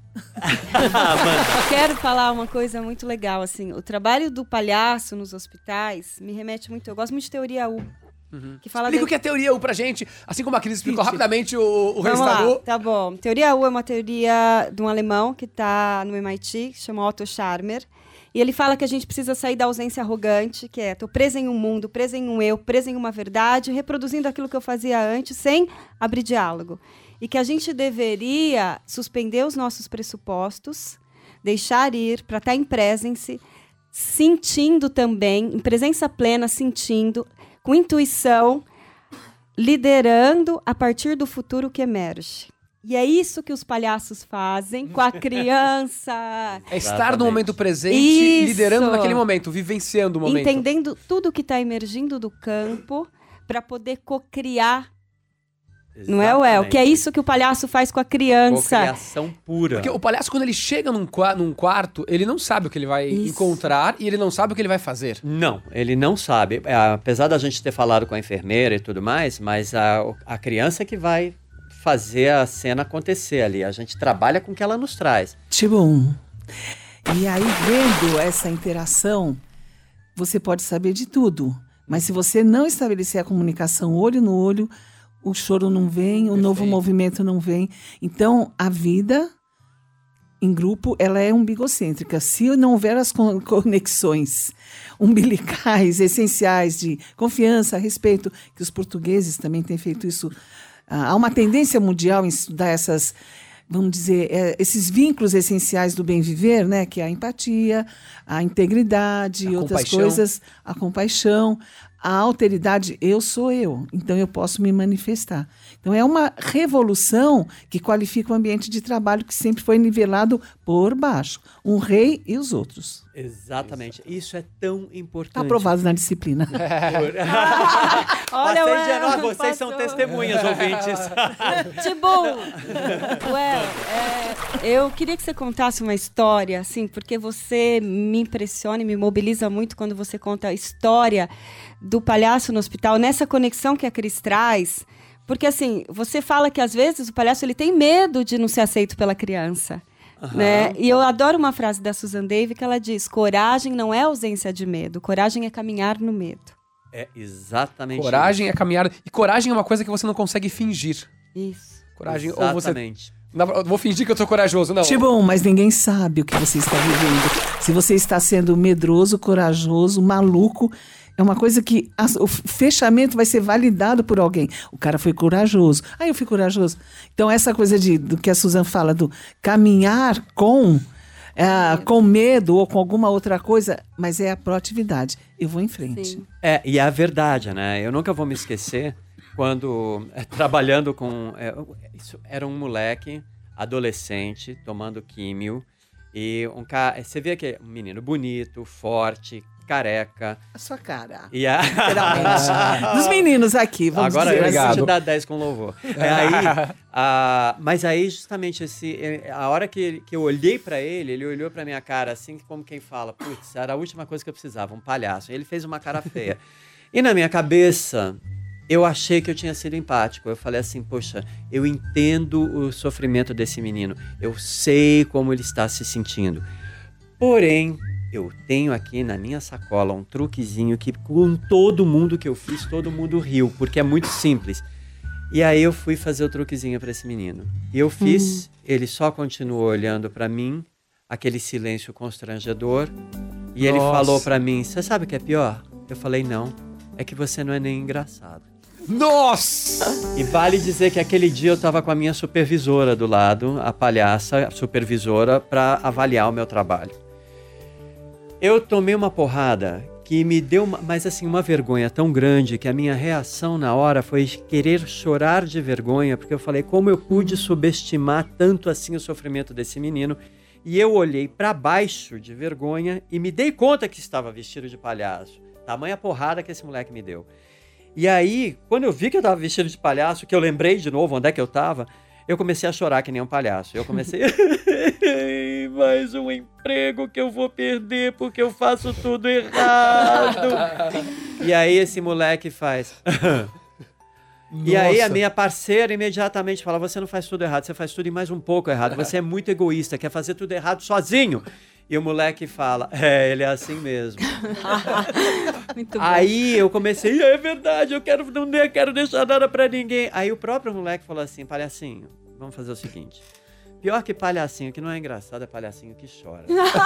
Quero falar uma coisa muito legal, assim, o trabalho do palhaço nos hospitais me remete muito, eu gosto muito de teoria U. Que fala Explica o que é teoria U pra gente, assim como a Cris explicou rapidamente o Vamos resultado. lá, tá bom. Teoria U é uma teoria de um alemão que tá no MIT, que chama Otto Scharmer. E ele fala que a gente precisa sair da ausência arrogante, que é, tô presa em um mundo, presa em um eu, presa em uma verdade, reproduzindo aquilo que eu fazia antes, sem abrir diálogo. E que a gente deveria suspender os nossos pressupostos, deixar ir para estar em presence, sentindo também, em presença plena, sentindo, com intuição, liderando a partir do futuro que emerge. E é isso que os palhaços fazem com a criança. É estar no momento presente, isso. Liderando naquele momento, vivenciando o momento. Entendendo tudo que está emergindo do campo para poder cocriar. Exatamente. Não é, Well? Que é isso que o palhaço faz com a criança. Cocriação pura. Porque o palhaço, quando ele chega num quarto, ele não sabe o que ele vai encontrar e ele não sabe o que ele vai fazer. Não, ele não sabe. Apesar da gente ter falado com a enfermeira e tudo mais, mas a criança que vai fazer a cena acontecer ali. A gente trabalha com o que ela nos traz. Bom. E aí, vendo essa interação, você pode saber de tudo. Mas se você não estabelecer a comunicação olho no olho, o choro não vem, o novo movimento não vem. Então, a vida em grupo, ela é umbigocêntrica. Se não houver as conexões umbilicais, essenciais de confiança, respeito, que os portugueses também têm feito isso. Há uma tendência mundial em estudar essas, vamos dizer, esses vínculos essenciais do bem viver, né? Que é a empatia, a integridade, outras coisas, a compaixão, a alteridade. Eu sou eu, então eu posso me manifestar. Então é uma revolução que qualifica o ambiente de trabalho que sempre foi nivelado por baixo. Um rei e os outros. Exatamente. Isso é tão importante. Está aprovado na disciplina. Olha, vocês são testemunhas, ouvintes. Eu queria que você contasse uma história, assim, porque você me impressiona e me mobiliza muito quando você conta a história do palhaço no hospital, nessa conexão que a Cris traz. Porque, assim, você fala que, às vezes, o palhaço ele tem medo de não ser aceito pela criança. Né? E eu adoro uma frase da Susan Davy que ela diz: coragem não é ausência de medo, coragem é caminhar no medo. É exatamente Coragem é caminhar. E coragem é uma coisa que você não consegue fingir. Isso. Coragem, Exatamente. ou você... Vou fingir que eu tô corajoso, não. Bom, mas ninguém sabe o que você está vivendo. Se você está sendo medroso, corajoso, maluco, é uma coisa que o fechamento vai ser validado por alguém. O cara foi corajoso. Eu fui corajoso. Então, essa coisa do que a Susan fala, do caminhar com medo ou com alguma outra coisa, mas é a proatividade. Eu vou em frente. Sim. E é a verdade, né? Eu nunca vou me esquecer quando, trabalhando com... isso era um moleque, adolescente, tomando químio, e você vê que é um menino bonito, forte, careca. A sua cara. Literalmente. Dos meninos aqui, vamos Agora dizer eu assim. te dar 10 com louvor. Mas aí, justamente, a hora que eu olhei pra ele, ele olhou pra minha cara assim, como quem fala, putz, era a última coisa que eu precisava, um palhaço. Ele fez uma cara feia. E na minha cabeça, eu achei que eu tinha sido empático. Eu falei assim, poxa, eu entendo o sofrimento desse menino. Eu sei como ele está se sentindo. Porém, eu tenho aqui na minha sacola um truquezinho que com todo mundo que eu fiz, todo mundo riu, porque é muito simples. E aí eu fui fazer o truquezinho para esse menino. E eu fiz, ele só continuou olhando para mim, aquele silêncio constrangedor. E ele falou para mim, você sabe o que é pior? Eu falei, não, é que você não é nem engraçado. Nossa! E vale dizer que aquele dia eu tava com a minha supervisora do lado, a palhaça, a supervisora, para avaliar o meu trabalho. Eu tomei uma porrada que me deu, uma vergonha tão grande que a minha reação na hora foi querer chorar de vergonha, porque eu falei, como eu pude subestimar tanto assim o sofrimento desse menino? E eu olhei para baixo de vergonha e me dei conta que estava vestido de palhaço. Tamanha porrada que esse moleque me deu. E aí, quando eu vi que eu estava vestido de palhaço, que eu lembrei de novo onde é que eu estava, eu comecei a chorar que nem um palhaço. Eu comecei... mais um emprego que eu vou perder porque eu faço tudo errado. E aí esse moleque faz... E aí a minha parceira imediatamente fala, você não faz tudo errado, você faz tudo e mais um pouco errado. Você é muito egoísta, quer fazer tudo errado sozinho. E o moleque fala, ele é assim mesmo. Muito bom. Aí eu comecei, é verdade, eu não quero deixar nada pra ninguém. Aí o próprio moleque falou assim, palhacinho, vamos fazer o seguinte. Pior que palhacinho que não é engraçado é palhacinho que chora.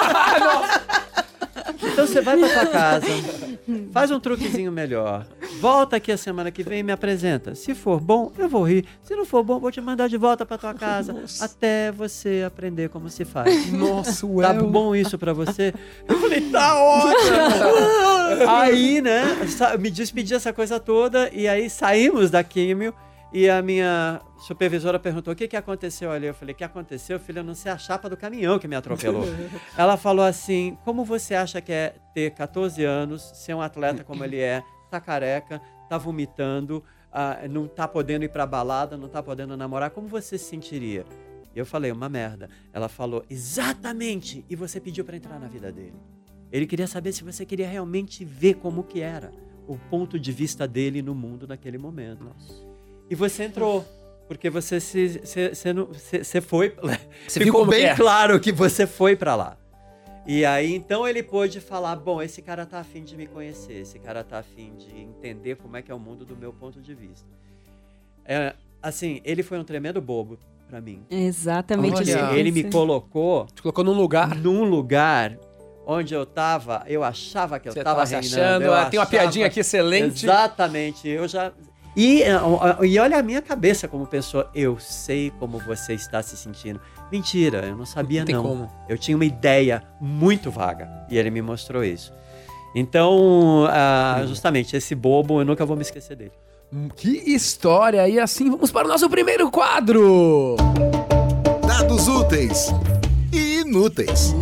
Então você vai pra tua casa, faz um truquezinho melhor, volta aqui a semana que vem e me apresenta. Se for bom, eu vou rir. Se não for bom, vou te mandar de volta pra tua casa. Nossa. Até você aprender como se faz. Nossa, tá bom isso pra você? Eu falei, tá ótimo! Aí, né, me despedi essa coisa toda e aí saímos da químio. E a minha supervisora perguntou, o que aconteceu ali? Eu falei, o que aconteceu, filha? Eu não sei a chapa do caminhão que me atropelou. Ela falou assim, como você acha que é ter 14 anos, ser um atleta como ele é, tá careca, tá vomitando, não tá podendo ir pra balada, não tá podendo namorar, como você se sentiria? E eu falei, uma merda. Ela falou, exatamente, e você pediu pra entrar na vida dele. Ele queria saber se você queria realmente ver como que era o ponto de vista dele no mundo naquele momento. Nossa. E você entrou, porque você foi... Ficou bem claro que você foi pra lá. E aí, então, ele pôde falar, bom, esse cara tá afim de me conhecer, esse cara tá afim de entender como é que é o mundo do meu ponto de vista. Assim, ele foi um tremendo bobo pra mim. Exatamente. Ele me colocou... Te colocou num lugar. Num lugar... Onde eu tava, eu achava que eu tava reinando. Tem uma piadinha aqui excelente. Exatamente, eu já... E olha a minha cabeça como pessoa, eu sei como você está se sentindo. Mentira, eu não sabia não. Tem como. Eu tinha uma ideia muito vaga e ele me mostrou isso. Então, justamente, esse bobo, eu nunca vou me esquecer dele. Que história! E assim, vamos para o nosso primeiro quadro! Dados úteis e inúteis.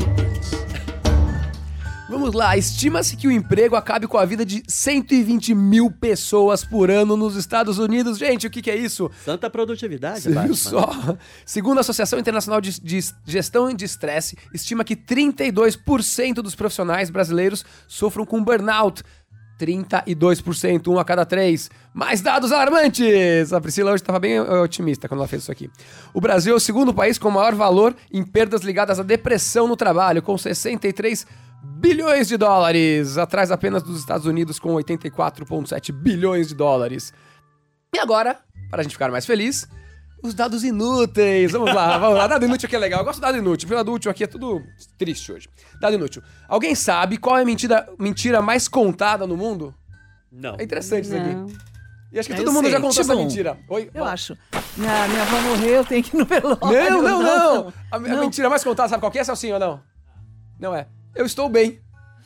Vamos lá, estima-se que o emprego acabe com a vida de 120 mil pessoas por ano nos Estados Unidos. Gente, o que é isso? Santa produtividade, Você viu só? Segundo a Associação Internacional de Gestão de Estresse, estima que 32% dos profissionais brasileiros sofram com burnout. 32%, 1 a cada 3. Mais dados alarmantes! A Priscila hoje estava bem otimista quando ela fez isso aqui. O Brasil é o segundo país com maior valor em perdas ligadas à depressão no trabalho, com 63 bilhões de dólares, atrás apenas dos Estados Unidos com 84,7 bilhões de dólares. E agora, para a gente ficar mais feliz, os dados inúteis. Vamos lá. Dado inútil aqui é legal. Eu gosto do dado inútil. O dado útil aqui é tudo triste hoje. Dado inútil. Alguém sabe qual é a mentira mais contada no mundo? Não. É interessante isso aqui. Não. E acho que Eu todo mundo sei, já contou essa Timon. mentira. Oi? Eu acho. Minha avó morreu, eu tenho que ir no velório. Não. A Não. mentira mais contada, sabe qual que é, Celcinho, ou não? Não é. Eu estou bem.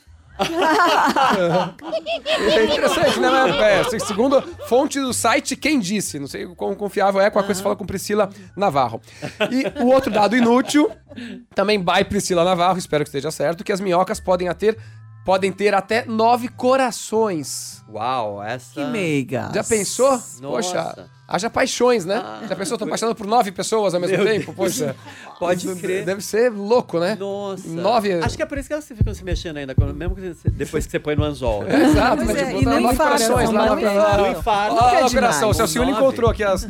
É interessante, né? Segundo fonte do site Quem Disse. Não sei quão confiável é, com a coisa que fala com Priscila Navarro. E o outro dado inútil, também by Priscila Navarro, espero que esteja certo, que as minhocas podem ter até 9 corações. Uau, essa... Que meiga. Já pensou? Nossa. Poxa, haja paixões, né? Já pensou? Tô apaixonado por 9 pessoas ao mesmo Meu tempo? Deus. Poxa. Pode crer. Deve ser louco, né? Nossa. 9... Acho que é por isso que elas ficam se mexendo ainda, mesmo depois que você põe no anzol. Exato, Pois né? é, Tipo, e não 9 infarta, corações lá. não infarta. Não infarta. Nunca é Ó, coração, demais. o Celcinho 9. encontrou aqui as...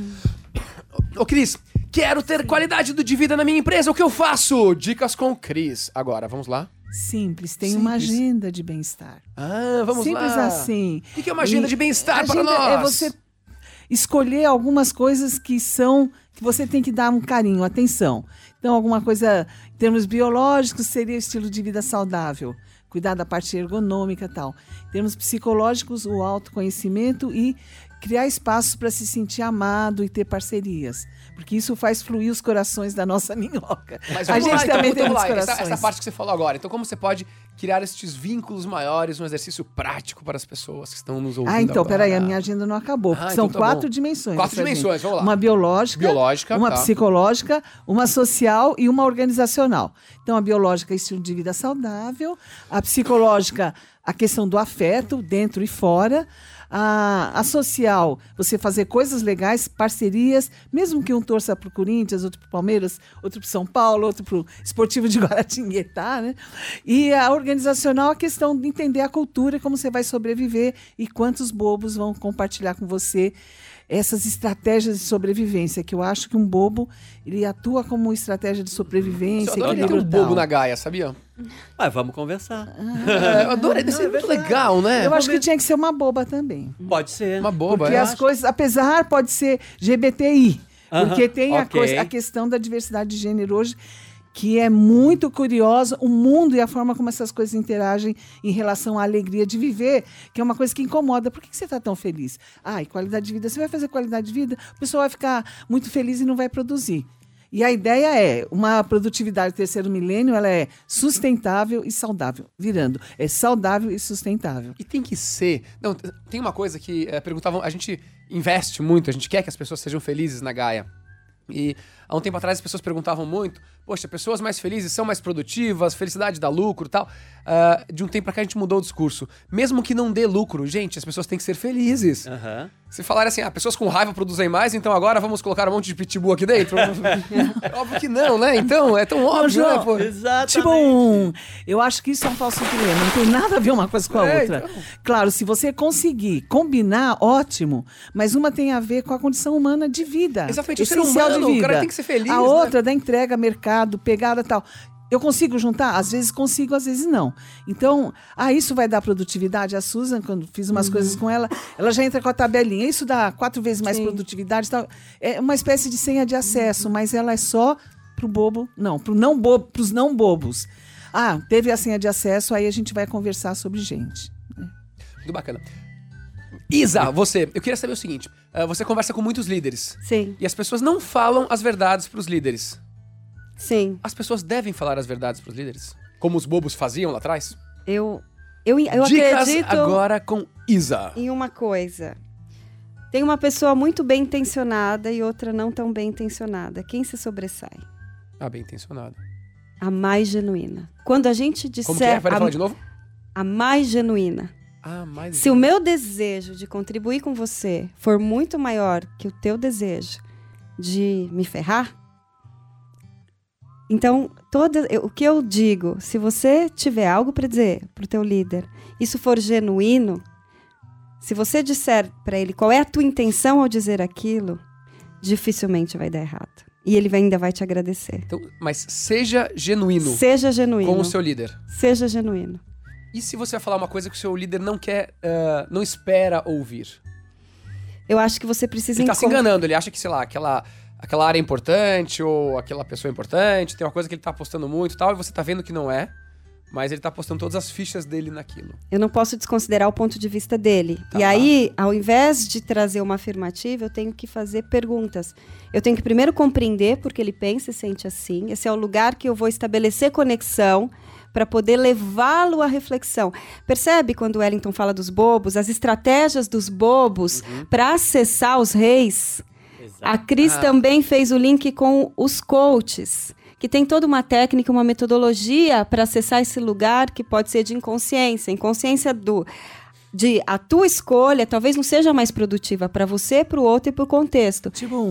Ô, Cris, quero ter qualidade de vida na minha empresa, o que eu faço? Dicas com Cris. Agora, vamos lá? Simples, tem uma Simples. agenda de bem-estar. Ah, vamos Simples lá. assim. O que é uma agenda E de bem-estar para agenda nós? É você escolher algumas coisas que você tem que dar um carinho, atenção. Então, alguma coisa em termos biológicos seria o estilo de vida saudável, cuidar da parte ergonômica e tal. Em termos psicológicos, o autoconhecimento e criar espaços para se sentir amado e ter parcerias. Porque isso faz fluir os corações da nossa minhoca. Mas A vamos gente lá, então, também tem vamos muitos lá. corações. Essa parte que você falou agora. Então, como você pode criar estes vínculos maiores, um exercício prático para as pessoas que estão nos ouvindo então, agora? peraí, a minha agenda não acabou. Porque então são tá 4 bom. dimensões. 4 essa dimensões, agenda. vamos lá. Uma biológica, uma tá. psicológica, uma social e uma organizacional. Então, a biológica é estilo de vida saudável, a psicológica, a questão do afeto, dentro e fora, a social, você fazer coisas legais, parcerias, mesmo que um torça para o Corinthians, outro para o Palmeiras, outro para São Paulo, outro para o Esportivo de Guaratinguetá, né? E a organizacional, a questão de entender a cultura, como você vai sobreviver e quantos bobos vão compartilhar com você essas estratégias de sobrevivência, que eu acho que um bobo, ele atua como estratégia de sobrevivência. Eu adoro ter um equilíbrio bobo tal. na Gaia, sabia? Mas vamos conversar. Eu adoro, deve ser muito legal, né? Eu acho que tinha que ser uma boba também. Pode ser. Uma boba, Porque é. as coisas, apesar, pode ser GBTI, porque tem ok. a questão da diversidade de gênero hoje, que é muito curiosa, o mundo e a forma como essas coisas interagem em relação à alegria de viver, que é uma coisa que incomoda. Por que você está tão feliz? E qualidade de vida. Você vai fazer qualidade de vida, a pessoa vai ficar muito feliz e não vai produzir. E a ideia é, uma produtividade do terceiro milênio, ela é sustentável e saudável, virando. É saudável e sustentável. E tem que ser... Não, tem uma coisa que perguntavam... A gente investe muito, a gente quer que as pessoas sejam felizes na Gaia. E há um tempo atrás as pessoas perguntavam muito, poxa, pessoas mais felizes são mais produtivas, felicidade dá lucro e tal. De um tempo pra cá a gente mudou o discurso. Mesmo que não dê lucro, gente, as pessoas têm que ser felizes. Aham. Se falarem assim, pessoas com raiva produzem mais, então agora vamos colocar um monte de pitbull aqui dentro? Óbvio que não, né? Então, é tão óbvio, João, né? Pô? Exatamente. Tipo, eu acho que isso é um falso dilema, não tem nada a ver uma coisa com a outra. Então. Claro, se você conseguir combinar, ótimo, mas uma tem a ver com a condição humana de vida. Exatamente, o ser essencial humano, de vida. o cara tem que ser feliz, A né? outra da entrega, mercado, pegada e tal. Eu consigo juntar? Às vezes consigo, às vezes não. Então, isso vai dar produtividade. A Susan, quando fiz umas coisas com ela, ela já entra com a tabelinha. Isso dá 4 vezes mais produtividade e tal. É uma espécie de senha de acesso, mas ela é só pro bobo, não, pros não bobos. Teve a senha de acesso, aí a gente vai conversar sobre gente. Muito bacana. Isa, eu queria saber o seguinte, você conversa com muitos líderes. Sim, E as pessoas não falam as verdades pros líderes. sim. As pessoas devem falar as verdades pros líderes? Como os bobos faziam lá atrás? Eu Dicas acredito agora com Isa. em uma coisa. Tem uma pessoa muito bem intencionada e outra não tão bem intencionada. Quem se sobressai? Bem intencionado. A mais genuína. Quando a gente disser Como que é? Pode falar de novo? a mais genuína. Mais... Se o meu desejo de contribuir com você for muito maior que o teu desejo de me ferrar, então, o que eu digo, se você tiver algo para dizer para o teu líder, isso for genuíno, se você disser para ele qual é a tua intenção ao dizer aquilo, dificilmente vai dar errado. E ele ainda vai te agradecer. Então, mas seja genuíno. Seja genuíno. Com o seu líder. Seja genuíno. E se você vai falar uma coisa que o seu líder não quer, não espera ouvir? Eu acho que você precisa... Ele tá se enganando, ele acha que, sei lá, aquela área é importante ou aquela pessoa é importante, tem uma coisa que ele tá apostando muito e tal, e você tá vendo que não é, mas ele tá apostando todas as fichas dele naquilo. Eu não posso desconsiderar o ponto de vista dele. Tá. E aí, ao invés de trazer uma afirmativa, eu tenho que fazer perguntas. Eu tenho que primeiro compreender porque ele pensa e sente assim. Esse é o lugar que eu vou estabelecer conexão para poder levá-lo à reflexão. Percebe quando o Wellington fala dos bobos, as estratégias dos bobos para acessar os reis? Exato. A Cris também fez o link com os coaches, que tem toda uma técnica, uma metodologia para acessar esse lugar que pode ser de inconsciência. Inconsciência de a tua escolha talvez não seja mais produtiva para você, para o outro e para o contexto.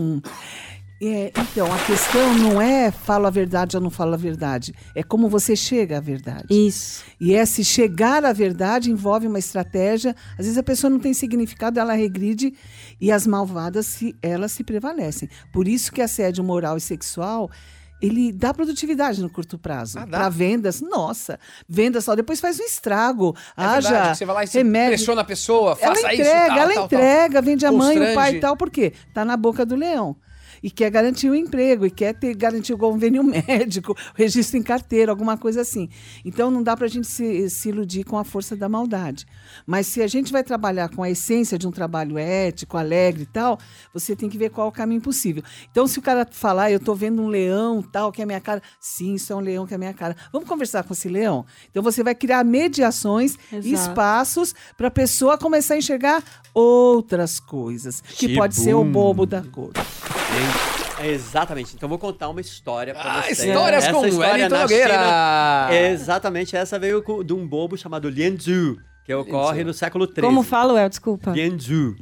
Então, a questão não é falo a verdade ou não falo a verdade. É como você chega à verdade. Isso. E esse chegar à verdade envolve uma estratégia. Às vezes a pessoa não tem significado, ela regride e as malvadas, elas se prevalecem. Por isso que assédio moral e sexual... ele dá produtividade no curto prazo. Para vendas, nossa, vendas só, depois faz um estrago. Verdade, você vai lá e pressiona a pessoa, faça isso, tal, ela entrega, vende a mãe, o pai e Constrange. tal, por quê? Tá na boca do leão. E quer garantir o emprego, e quer garantir o convênio médico, o registro em carteira, alguma coisa assim. Então, não dá para a gente se iludir com a força da maldade. Mas se a gente vai trabalhar com a essência de um trabalho ético, alegre e tal, você tem que ver qual é o caminho possível. Então, se o cara falar, eu estou vendo um leão, tal, que é a minha cara, sim, isso é um leão que é a minha cara. Vamos conversar com esse leão? Então, você vai criar mediações, espaços, para a pessoa começar a enxergar outras coisas, que pode ser o bobo da cor. Exatamente. Então vou contar uma história pra vocês. Histórias com Wellington Nogueira. Exatamente. Essa veio de um bobo chamado Lian Zhu, que ocorre no século XIII. Como fala, El? Desculpa. Lian Zhu.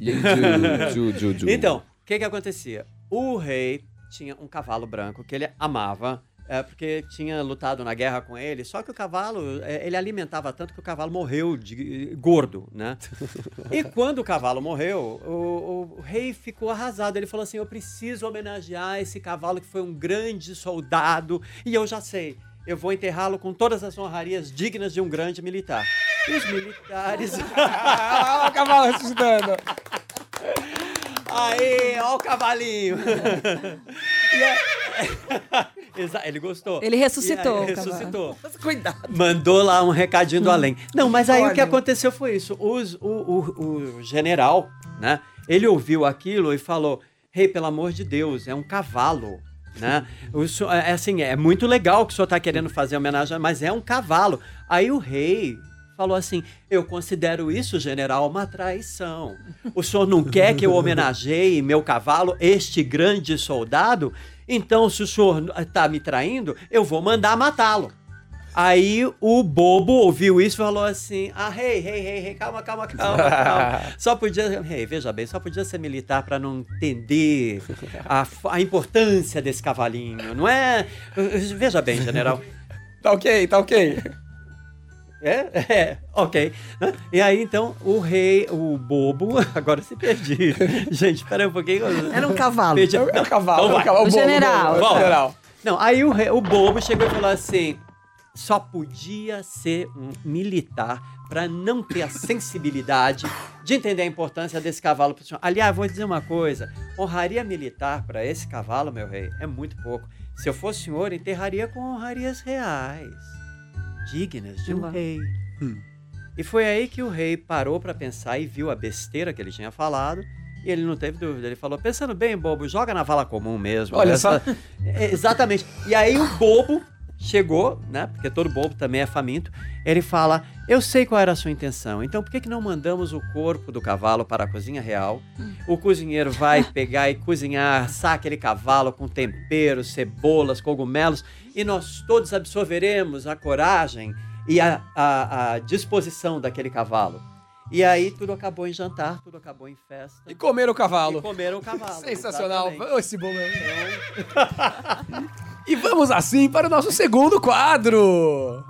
Então, o que acontecia? O rei tinha um cavalo branco que ele amava, porque tinha lutado na guerra com ele, só que o cavalo, ele alimentava tanto que o cavalo morreu de gordo, né? E quando o cavalo morreu, o rei ficou arrasado. Ele falou assim, eu preciso homenagear esse cavalo que foi um grande soldado, e eu já sei, eu vou enterrá-lo com todas as honrarias dignas de um grande militar. E os militares... Olha o cavalo ressuscitando. Aí, ó o cavalinho. Ele gostou. Ele ressuscitou. Ressuscitou. Cuidado. Mandou lá um recadinho do além. Não, mas aí o que aconteceu foi isso. O general, né? Ele ouviu aquilo e falou, rei, pelo amor de Deus, é um cavalo. Né? É muito legal que o senhor está querendo fazer homenagem, mas é um cavalo. Aí o rei falou assim, eu considero isso, general, uma traição. O senhor não quer que eu homenageie meu cavalo, este grande soldado? Então, se o senhor está me traindo, eu vou mandar matá-lo. Aí o bobo ouviu isso e falou assim, rei, calma. Só podia, rei, veja bem, só podia ser militar para não entender a importância desse cavalinho, não é? Veja bem, general. Tá ok. Ok. E aí, então, o rei, o bobo... Agora se perdi. Gente, peraí um pouquinho. Era um cavalo. É o cavalo. O general. Não, aí o bobo chegou e falou assim, só podia ser um militar para não ter a sensibilidade de entender a importância desse cavalo pro senhor. Aliás, vou dizer uma coisa, honraria militar para esse cavalo, meu rei, é muito pouco. Se eu fosse senhor, enterraria com honrarias reais, dignas de um rei. E foi aí que o rei parou para pensar e viu a besteira que ele tinha falado, e ele não teve dúvida. Ele falou, pensando bem, bobo, joga na vala comum mesmo. Olha só. Exatamente. E aí o bobo chegou, né, porque todo bobo também é faminto, ele fala, eu sei qual era a sua intenção, então por que não mandamos o corpo do cavalo para a cozinha real? O cozinheiro vai pegar e cozinhar, assar aquele cavalo com temperos, cebolas, cogumelos, e nós todos absorveremos a coragem e a disposição daquele cavalo. E aí tudo acabou em jantar, tudo acabou em festa. E comeram o cavalo. Sensacional. Exatamente. Esse bom mesmo. E vamos assim para o nosso segundo quadro.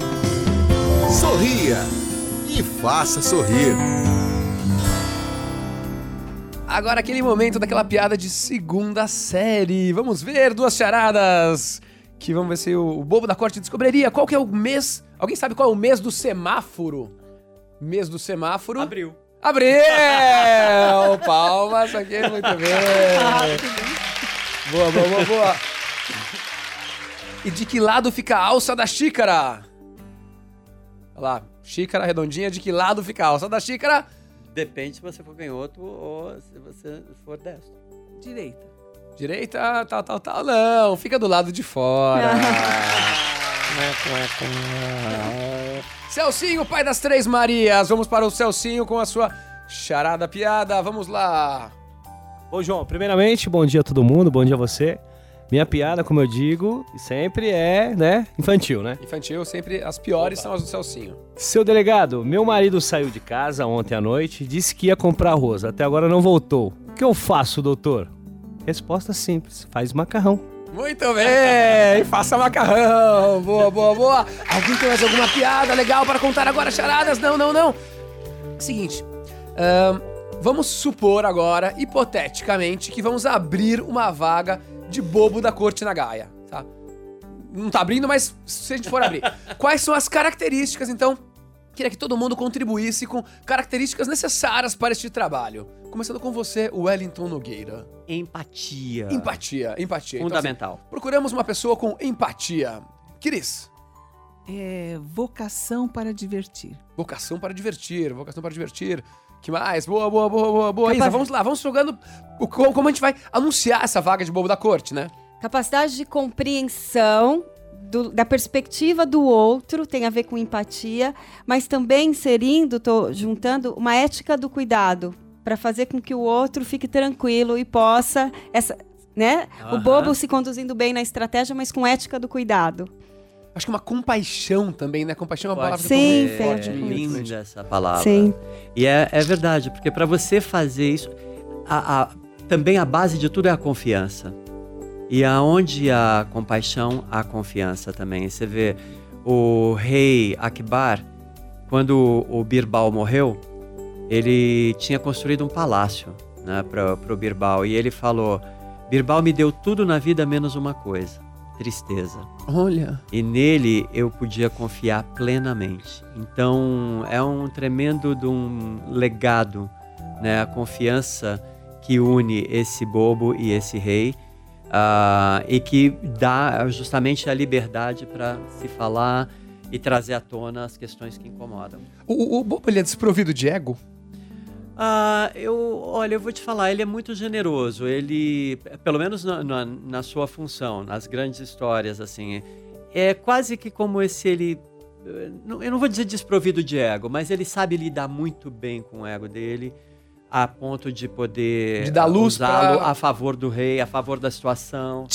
Sorria e faça sorrir. Agora aquele momento daquela piada de segunda série. Vamos ver 2 charadas. Que vamos ver se o bobo da corte descobriria qual que é o mês. Alguém sabe qual é o mês do semáforo? Mês do semáforo. Abril. Abril! Palmas aqui, muito bem. Boa. E de que lado fica a alça da xícara? Olha lá, xícara redondinha, de que lado fica a alça da xícara? Depende se você for canhoto ou se você for destro. Direita, tal. Não, fica do lado de fora. Celcinho, pai das 3 Marias. Vamos para o Celcinho com a sua charada piada. Vamos lá. Ô, João, primeiramente, bom dia a todo mundo, bom dia a você. Minha piada, como eu digo, sempre é, né, infantil, né? Infantil, sempre as piores são as do Celcinho. Seu delegado, meu marido saiu de casa ontem à noite e disse que ia comprar arroz. Até agora não voltou. O que eu faço, doutor? Resposta simples, faz macarrão. Muito bem, faça macarrão. Boa. Alguém tem mais alguma piada legal para contar agora, charadas? Não. Seguinte, vamos supor agora, hipoteticamente, que vamos abrir uma vaga de bobo da corte na Gaia, tá? Não tá abrindo, mas se a gente for abrir. Quais são as características, então? Queria que todo mundo contribuísse com características necessárias para este trabalho. Começando com você, Wellington Nogueira. Empatia. Fundamental. Então, procuramos uma pessoa com empatia. Cris. Vocação para divertir. Vocação para divertir. Que mais? Boa. Isa, vamos lá, vamos jogando como a gente vai anunciar essa vaga de bobo da corte, né? Capacidade de compreensão da perspectiva do outro, tem a ver com empatia, mas também juntando uma ética do cuidado, para fazer com que o outro fique tranquilo e possa, o bobo se conduzindo bem na estratégia, mas com ética do cuidado. Acho que uma compaixão também, né? Compaixão é uma palavra Sim, muito forte. Linda essa palavra. Sim. E é verdade, porque para você fazer isso, também a base de tudo é a confiança. E aonde há compaixão, há confiança também. Você vê o rei Akbar, quando o Birbal morreu, ele tinha construído um palácio, né, para o Birbal. E ele falou, Birbal me deu tudo na vida menos uma coisa, tristeza. Olha. E nele eu podia confiar plenamente. Então é um tremendo de um legado, né, a confiança que une esse bobo e esse rei. E que dá justamente a liberdade para se falar e trazer à tona as questões que incomodam. O bobo, ele é desprovido de ego? Eu vou te falar, ele é muito generoso. Ele, pelo menos na sua função, nas grandes histórias, assim, é quase que como ele... Eu não vou dizer desprovido de ego, mas ele sabe lidar muito bem com o ego dele, a ponto de poder dar luz usá-lo a favor do rei, a favor da situação.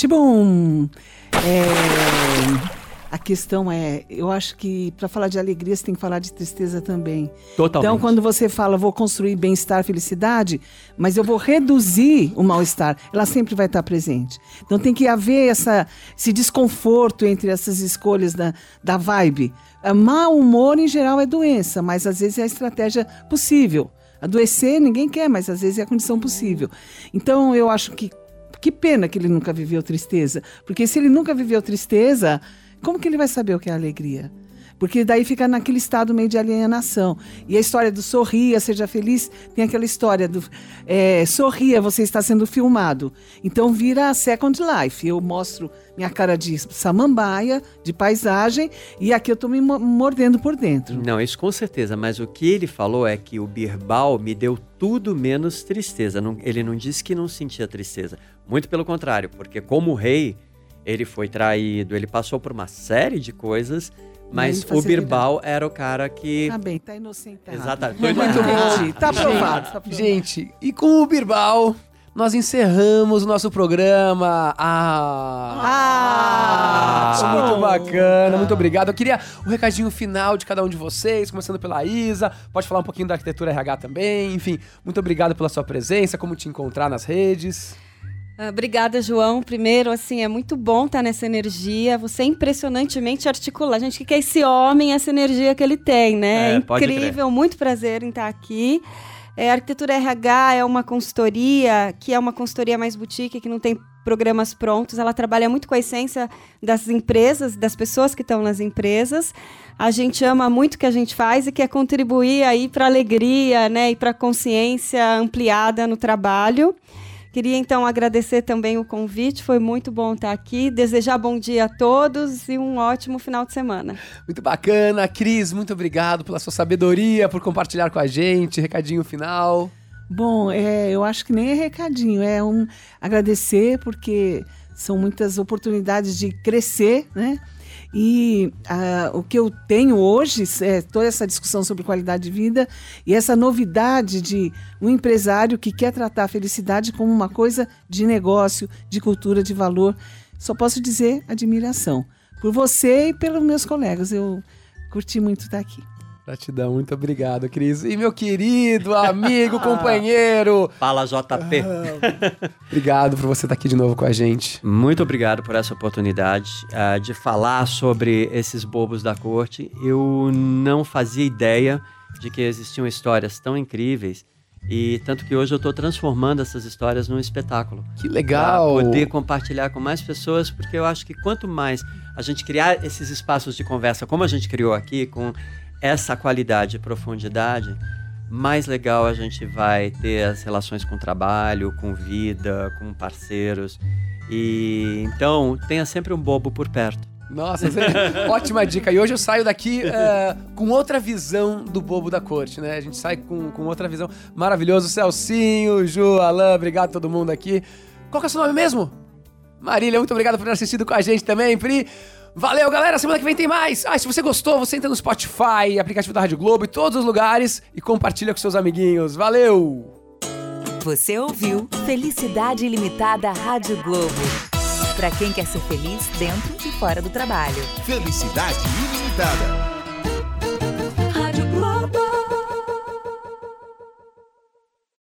A questão eu acho que para falar de alegria você tem que falar de tristeza também. Totalmente. Então quando você fala, vou construir bem-estar, felicidade, mas eu vou reduzir o mal-estar, ela sempre vai estar presente. Então tem que haver esse desconforto entre essas escolhas da vibe. Mau humor em geral é doença, mas às vezes é a estratégia possível. Adoecer ninguém quer, mas às vezes é a condição possível. Então eu acho que pena que ele nunca viveu tristeza. Porque se ele nunca viveu tristeza, como que ele vai saber o que é alegria? Porque daí fica naquele estado meio de alienação. E a história do sorria, seja feliz, tem aquela história do sorria, você está sendo filmado. Então vira Second Life. Eu mostro minha cara de samambaia, de paisagem, e aqui eu estou me mordendo por dentro. Não, isso com certeza, mas o que ele falou é que o Birbal me deu tudo menos tristeza. Ele não disse que não sentia tristeza. Muito pelo contrário, porque como rei, ele foi traído, ele passou por uma série de coisas, mas o Birbal era o cara que... Tá bem, tá inocentado. Exatamente. Muito bom. Tá aprovado. Gente, e com o Birbal, nós encerramos o nosso programa. Muito bacana, muito obrigado. Eu queria um recadinho final de cada um de vocês, começando pela Isa. Pode falar um pouquinho da arquitetura RH também. Enfim, muito obrigado pela sua presença, como te encontrar nas redes. Obrigada, João. Primeiro, assim, é muito bom estar nessa energia. Você é impressionantemente articulado. Gente, o que é esse homem, essa energia que ele tem, né? É incrível, muito prazer em estar aqui. A Arquitetura RH é uma consultoria, que é uma consultoria mais boutique, que não tem programas prontos. Ela trabalha muito com a essência das empresas, das pessoas que estão nas empresas. A gente ama muito o que a gente faz e quer contribuir aí para a alegria, né, e para a consciência ampliada no trabalho. Queria, então, agradecer também o convite, foi muito bom estar aqui, desejar bom dia a todos e um ótimo final de semana. Muito bacana. Cris, muito obrigado pela sua sabedoria, por compartilhar com a gente. Recadinho final. Bom, eu acho que nem é recadinho, é agradecer, porque são muitas oportunidades de crescer, né? E o que eu tenho hoje é toda essa discussão sobre qualidade de vida e essa novidade de um empresário que quer tratar a felicidade como uma coisa de negócio, de cultura, de valor. Só posso dizer admiração por você e pelos meus colegas. Eu curti muito estar aqui. Gratidão, muito obrigado, Cris. E meu querido amigo, companheiro. Fala, JP. Obrigado por você estar aqui de novo com a gente. Muito obrigado por essa oportunidade de falar sobre esses bobos da corte. Eu não fazia ideia de que existiam histórias tão incríveis. E tanto que hoje eu estou transformando essas histórias num espetáculo. Que legal! Para poder compartilhar com mais pessoas, porque eu acho que quanto mais a gente criar esses espaços de conversa, como a gente criou aqui, com essa qualidade e profundidade, mais legal a gente vai ter as relações com trabalho, com vida, com parceiros. E então, tenha sempre um bobo por perto. Nossa, ótima dica. E hoje eu saio daqui com outra visão do bobo da corte, né? A gente sai com outra visão. Maravilhoso. Celcinho, Ju, Alain, obrigado a todo mundo aqui. Qual que é o seu nome mesmo? Marília, muito obrigado por ter assistido com a gente também, Pri. Valeu, galera. Semana que vem tem mais. Se você gostou, você entra no Spotify, aplicativo da Rádio Globo e todos os lugares e compartilha com seus amiguinhos. Valeu! Você ouviu Felicidade Ilimitada Rádio Globo. Para quem quer ser feliz dentro e fora do trabalho. Felicidade ilimitada.